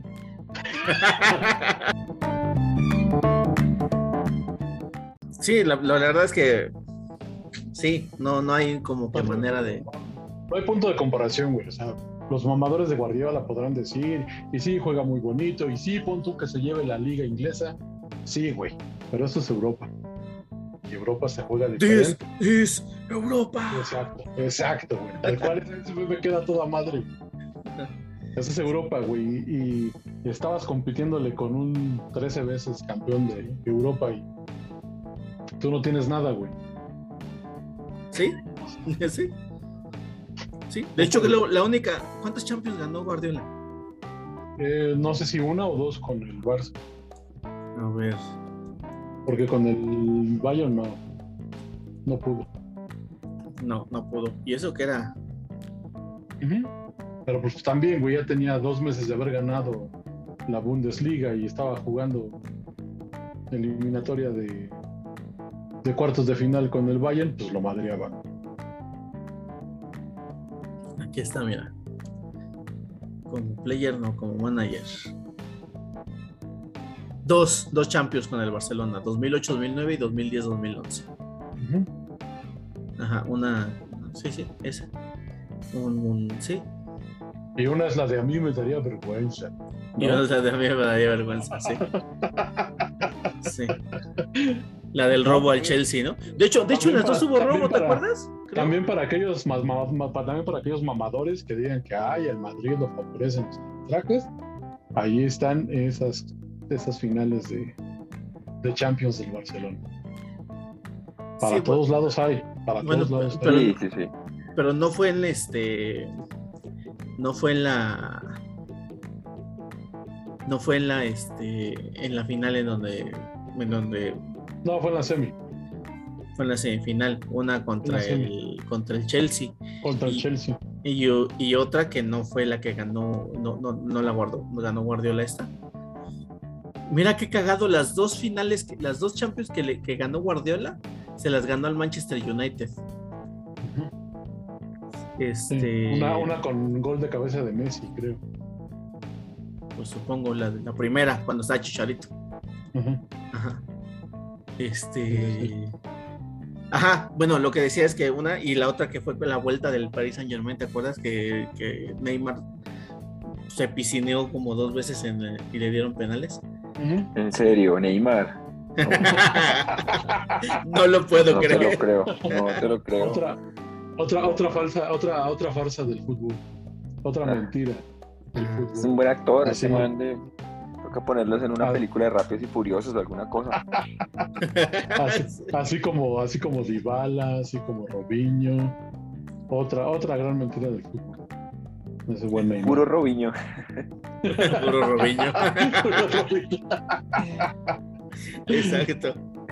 Sí, la, la verdad es que sí, no, no hay como que manera de. No hay punto de comparación, güey. O sea, los mamadores de Guardiola podrán decir, y sí, juega muy bonito, y sí, pon tú que se lleve la liga inglesa. Sí, güey, pero eso es Europa. Y Europa se juega This diferente. is Europa. Exacto, exacto, güey. Tal cual eso me queda toda madre. Eso es Europa, güey. Y, y estabas compitiéndole con un trece veces campeón de Europa y tú no tienes nada, güey. Sí, sí. Sí. De hecho, que lo- la única. ¿Cuántas Champions ganó Guardiola? Eh, no sé si una o dos con el Barça, A ver. porque con el Bayern no, no pudo. No, no pudo. ¿Y eso qué era? Ujú. Pero pues también, güey, ya tenía dos meses de haber ganado la Bundesliga y estaba jugando eliminatoria de, de cuartos de final con el Bayern, pues lo madreaba. Aquí está, mira. Como player, no, como manager. Dos, dos Champions con el Barcelona, dos mil ocho, dos mil nueve y dos mil diez, dos mil once. Ujú. Ajá, una. Sí, sí, esa. Un, un- sí. Y una es la de a mí me daría vergüenza. Y ¿no? una de a mí me daría vergüenza, sí. Sí. La del robo al Chelsea, ¿no? De hecho, de hecho en También las dos para- hubo también robo, ¿te para- acuerdas? Creo. También para aquellos ma- ma- ma- pa- también para aquellos mamadores que digan que ay, el Madrid lo favorecen los trajes, ahí están esas, esas finales de, de Champions del Barcelona. Para Sí, todos lados hay, para bueno, todos lados pero- hay. Sí, sí, sí. Pero no fue en este. No fue en la. No fue en la este. En la final en donde. En donde No, fue en la semi, fue en la semifinal. Una contra En la el. Contra el Chelsea. contra el Y- Chelsea. Y, yo- y otra que no fue la que ganó. No, no, no la guardó. Ganó Guardiola esta. Mira qué cagado. Las dos finales. que- Las dos Champions que, le, que ganó Guardiola. Se las ganó al Manchester United. Ujú. Sí, Este. Una, una con gol de cabeza de Messi, creo. Pues supongo la, la primera, cuando estaba Chicharito. Ujú. Ajá. Sí, Este. Ajá, bueno, lo que decía es que una y la otra que fue con la vuelta del Paris Saint Germain, ¿te acuerdas que, que Neymar se piscineó como dos veces en, el- y le dieron penales? Ujú. En serio, Neymar. No lo puedo No te creer. lo creo. No te lo creo. Otra, otra, otra falsa, otra, otra farsa del fútbol. Otra Ah. mentira del Es un fútbol. buen actor. Así. Ese man de. Toca ponerlos en una Ah. película de Rápidos y Furiosos o alguna cosa. Así, así como, así como Dybala, así como Robinho. Otra, otra gran mentira del fútbol. Ese buen Neymar. Puro Robinho. Puro Robinho. Puro Robinho. Exacto.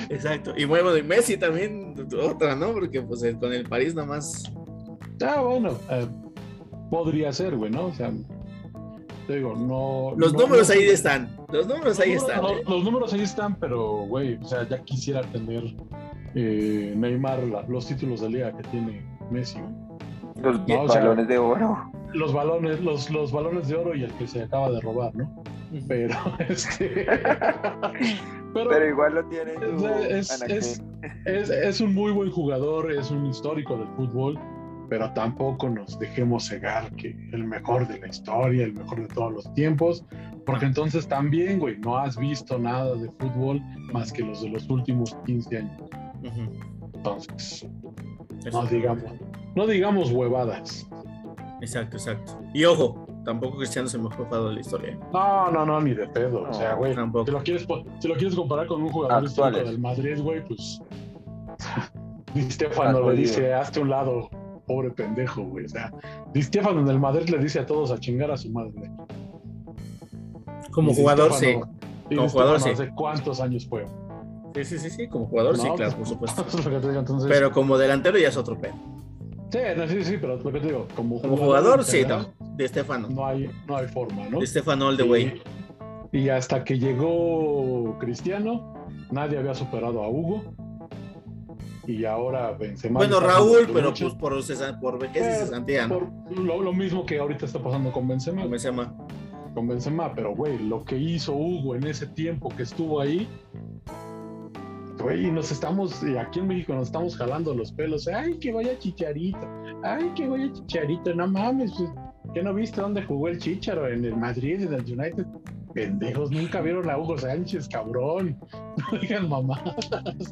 Exacto. Y bueno, de Messi también, otra, ¿no? Porque pues con el París nada más. Ah, bueno, eh, podría ser, güey, ¿no? O sea, te digo, no. Los no, números no, ahí están. Los números los ahí números, están. Los, ¿eh? los números ahí están, pero, güey, o sea, ya quisiera tener eh, Neymar la, los títulos de liga que tiene Messi. Los No, o balones sea, de oro. Los balones, los, los balones de oro y el que se acaba de robar, ¿no? Pero, este. pero, pero igual lo tiene. Es, es, es, es un muy buen jugador, es un histórico del fútbol, pero tampoco nos dejemos cegar que el mejor de la historia, el mejor de todos los tiempos, porque entonces también, güey, no has visto nada de fútbol más que los de los últimos quince años. Uh-huh. Entonces, no digamos, no digamos huevadas. Exacto, exacto. Y ojo, tampoco Cristiano es el mejor jugador de la historia. No, no, no, ni de pedo. No, o sea, güey, si lo quieres, si lo quieres comparar con un jugador Actuales. histórico del Madrid, güey, pues Di Stéfano le dice, hazte un lado, pobre pendejo, güey. O sea, Di Stéfano en el Madrid le dice a todos a chingar a su madre. Como jugador, sí. Como jugador, sí. ¿Hace cuántos años fue? Sí, sí, sí, sí, como jugador, no, sí, claro, pues, por supuesto. Es lo que te digo, entonces... Pero como delantero ya es otro pedo. Sí, no, sí, sí, pero lo que te digo, como jugador, como jugador sí, no, de Stéfano. No hay, no hay forma, ¿no? De Stéfano all the way. Y, y hasta que llegó Cristiano, nadie había superado a Hugo. Y ahora Benzema. Bueno, Raúl, pero pues por, cesa, por vejez y cesantía, ¿no? Por lo, lo mismo que ahorita está pasando con Benzema. Con Benzema. Con Benzema, pero güey, lo que hizo Hugo en ese tiempo que estuvo ahí, güey, nos estamos, aquí en México nos estamos jalando los pelos. Ay, que vaya Chicharito. Ay, que vaya Chicharito. No mames, ¿qué no viste dónde jugó el Chicharo? En el Madrid, en el United. Pendejos, nunca vieron a Hugo Sánchez, cabrón. No digan mamadas.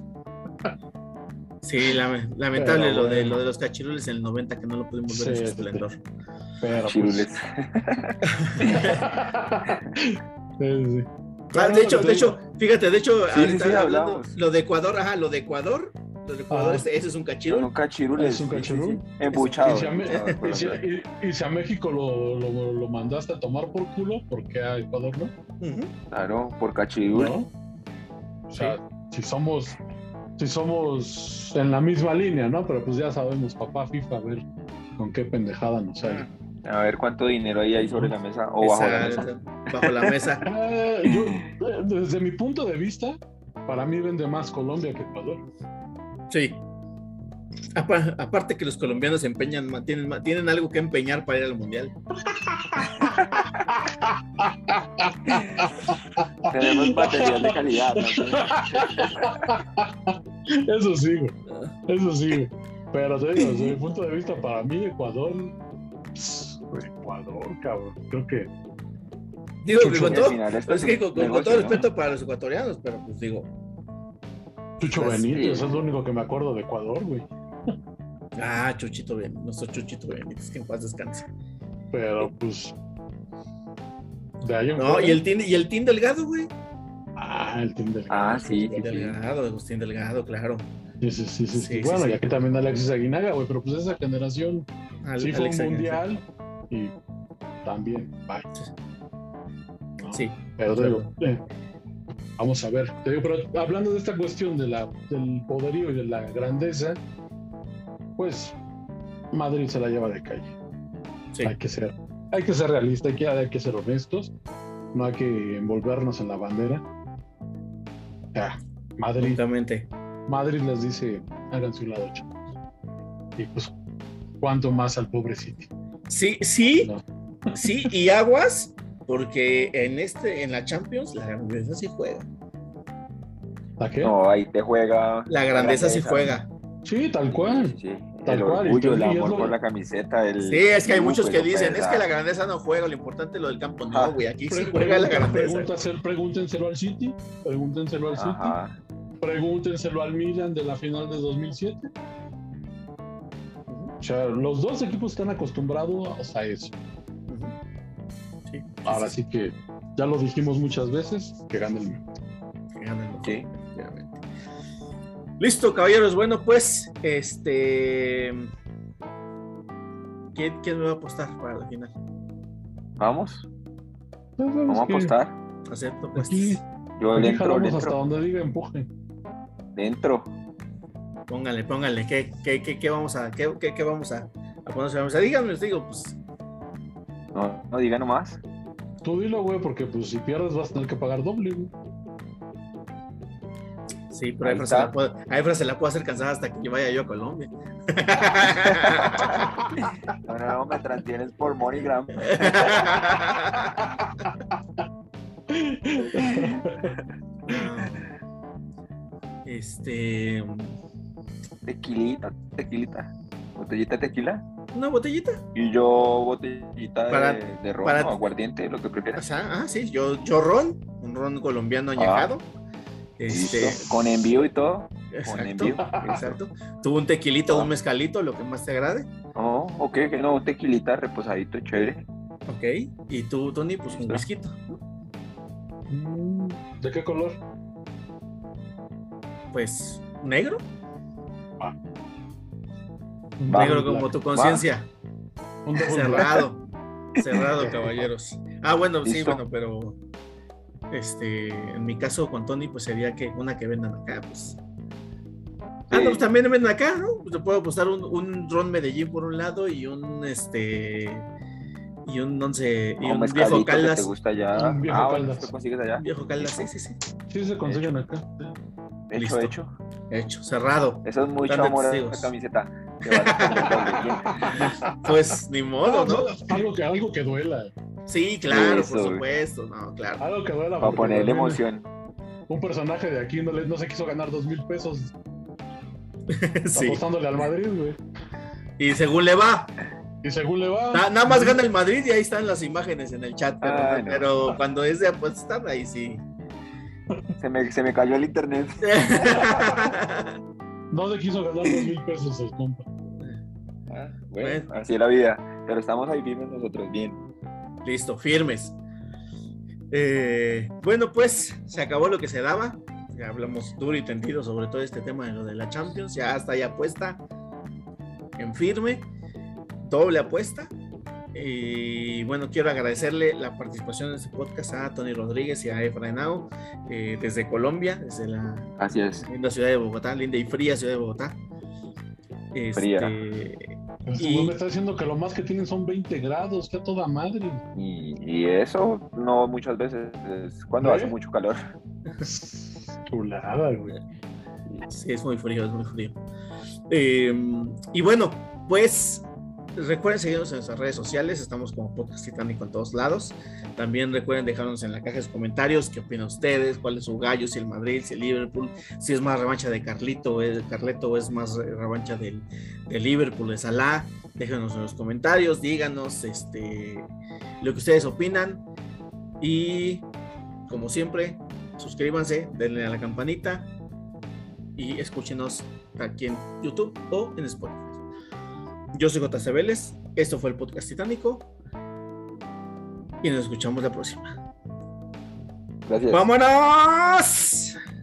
Sí, lamentable pero, lo, de, lo de los cachirules en el noventa, que no lo pudimos ver sí, en su esplendor. Pero, cachirules. Pues... sí, sí. Ah, de hecho, de hecho, fíjate, de hecho, sí, sí, sí, hablando, lo de Ecuador, ajá, lo de Ecuador, lo de Ecuador, ah, ese, ese es un cachirul. Un cachirul es un cachirul. Sí, sí, sí. Embuchado. Y si a, y si a, y, y si a México lo, lo, lo mandaste a tomar por culo, ¿por qué a Ecuador no? Uh-huh. Claro, por cachirul. ¿No? O sea, sí. si somos, si somos en la misma línea, ¿no? Pero pues ya sabemos, papá FIFA, a ver con qué pendejada nos sale. A ver cuánto dinero hay ahí sobre la mesa o bajo la mesa. Bajo la mesa. eh, yo, desde mi punto de vista, para mí vende más Colombia que Ecuador. Sí. Aparte que los colombianos se empeñan, tienen, tienen algo que empeñar para ir al mundial. Tenemos material de calidad, ¿no? Eso sí, güey. Eso sí, güey. Pero te digo, desde mi punto de vista, para mí Ecuador... Ecuador, cabrón. Creo que. Digo que con todo, es que con, con, con todo respeto para los ecuatorianos, pero pues digo. Chucho pues, Benítez, sí. Eso es lo único que me acuerdo de Ecuador, güey. Ah, Chuchito Benítez, nuestro Chuchito Benítez, que en paz descanse. Pero pues. De ahí no, fuera. y el Team, y el Team Delgado, güey. Ah, el Team Delgado. Ah, sí. El Team sí, Delgado, sí. Agustín Delgado, claro. Sí, sí, sí, sí, sí. Bueno, sí, y aquí sí. también Alexis Aguinaga, güey, pero pues esa generación Al, sí fue Alex un mundial y también, bye. ¿No? Sí. Pero te digo, eh, vamos a ver. Te digo, pero hablando de esta cuestión de la, del poderío y de la grandeza, pues Madrid se la lleva de calle. Sí. Hay que ser, hay que ser realista, hay que, hay que ser honestos, no hay que envolvernos en la bandera. Ya, Madrid. Exactamente. Madrid les dice, háganse un lado, chavos. Y pues, ¿cuánto más al pobre City? Sí, sí, no. sí, y aguas, porque en este, en la Champions, la grandeza sí juega. ¿La qué? No, ahí te juega. La grandeza, la grandeza sí juega. Sí, tal cual. Sí, sí. Tal el cual. orgullo, el amor por la camiseta. El... Sí, es que hay muchos que dicen, es que la grandeza no juega, lo importante es lo del campo. No, güey, aquí sí juega la grandeza. Pregúntenselo al City, pregúntenselo al City. Ajá. Pregúntenselo al Milan de la final de dos mil siete. O sea, los dos equipos están acostumbrados a eso. Sí, ahora sí que ya lo dijimos muchas veces, que gane el mejor. Que gane el mejor. Sí, efectivamente. Listo, caballeros. Bueno, pues, este... ¿Quién, quién me va a apostar para la final? Vamos. Vamos a apostar. Acepto, pues. Aquí, yo aquí le entro, le entro. hasta donde diga empuje. Dentro. Póngale, póngale, ¿qué, qué, qué, qué vamos a, qué, qué, qué vamos a, a poner sobre la mesa? Díganme, les digo, pues. No, no diga nomás. Tú dilo, güey, porque pues si pierdes vas a tener que pagar doble, güey. Sí, pero a Efra, se la puedo, a Efra se la puedo hacer cansada hasta que vaya yo a Colombia. No, no, no, me transfieres por MoneyGram. Este. Tequilita, tequilita. ¿Botellita de tequila? Una botellita. Y yo botellita para, de, de ron para, o aguardiente, lo que prefieras. O sea, ah, sí, yo, yo ron, un ron colombiano añejado. Ah. Este, con envío y todo. Exacto, con envío. Exacto. Tuvo un tequilito o ah. un mezcalito, lo que más te agrade. Oh, ok, no, un tequilita reposadito, chévere. Ok, y tú, Tony, pues un whisky. ¿De qué color? Pues, negro. Ah. Negro como tu conciencia. Cerrado. Cerrado, caballeros. Ah, bueno, ¿listo? Sí, bueno, pero este, en mi caso con Tony, pues sería que una que vendan acá, pues. Sí. Ah, no, pues también venden acá, ¿no? Pues te puedo apostar un, un ron Medellín por un lado y un este y un once y un viejo Caldas. ¿Te gusta ya? Un viejo ah, Caldas. ¿te consigues allá? Viejo Caldas, sí, sí, sí. Sí se consiguen hecho. acá. Hecho, Listo. hecho. Hecho, cerrado. Eso es mucho amor a la camiseta. Pues ni modo, ¿no? ¿no? Algo que, algo que duela. Sí, claro, Eso, por supuesto. No, claro. Algo que duela. Para ponerle emoción. Un personaje de aquí no, le, no se quiso ganar dos mil pesos. Sí. Apostándole al Madrid, güey. Y según le va. Y según le va. Na, nada más gana el Madrid y ahí están las imágenes en el chat. Pero, Ay, no. pero cuando es de apostar, ahí sí. Se me, se me cayó el internet. No se quiso ganar dos mil pesos el compa. Ah, bueno, bueno, así es la vida. Pero estamos ahí firmes nosotros, bien. Listo, firmes. Eh, bueno, pues se acabó lo que se daba. Ya hablamos duro y tendido sobre todo este tema de lo de la Champions. Ya está ya puesta en firme. Doble apuesta. Y bueno, quiero agradecerle la participación en este podcast a Tony Rodríguez y a Efra Henao eh, desde Colombia, desde la Así es. linda ciudad de Bogotá, linda y fría ciudad de Bogotá. Este, fría. Y me está diciendo que lo más que tienen son veinte grados, que a toda madre. Y, y eso no muchas veces es cuando ¿Eh? hace mucho calor. Chulada, güey. Sí, es muy frío, es muy frío. Eh, y bueno, pues recuerden seguirnos en nuestras redes sociales, estamos como Podcast Titánico en todos lados. También recuerden dejarnos en la caja de los comentarios qué opinan ustedes, cuál es su gallo, si el Madrid, si el Liverpool, si es más revancha de Carlito o es, Carleto o es más revancha del, del Liverpool, de Salah. Déjenos en los comentarios, díganos este, lo que ustedes opinan y como siempre, suscríbanse, denle a la campanita y escúchenos aquí en YouTube o en Spotify. Yo soy J C Vélez, esto fue el Podcast Titánico y nos escuchamos la próxima. Gracias. ¡Vámonos!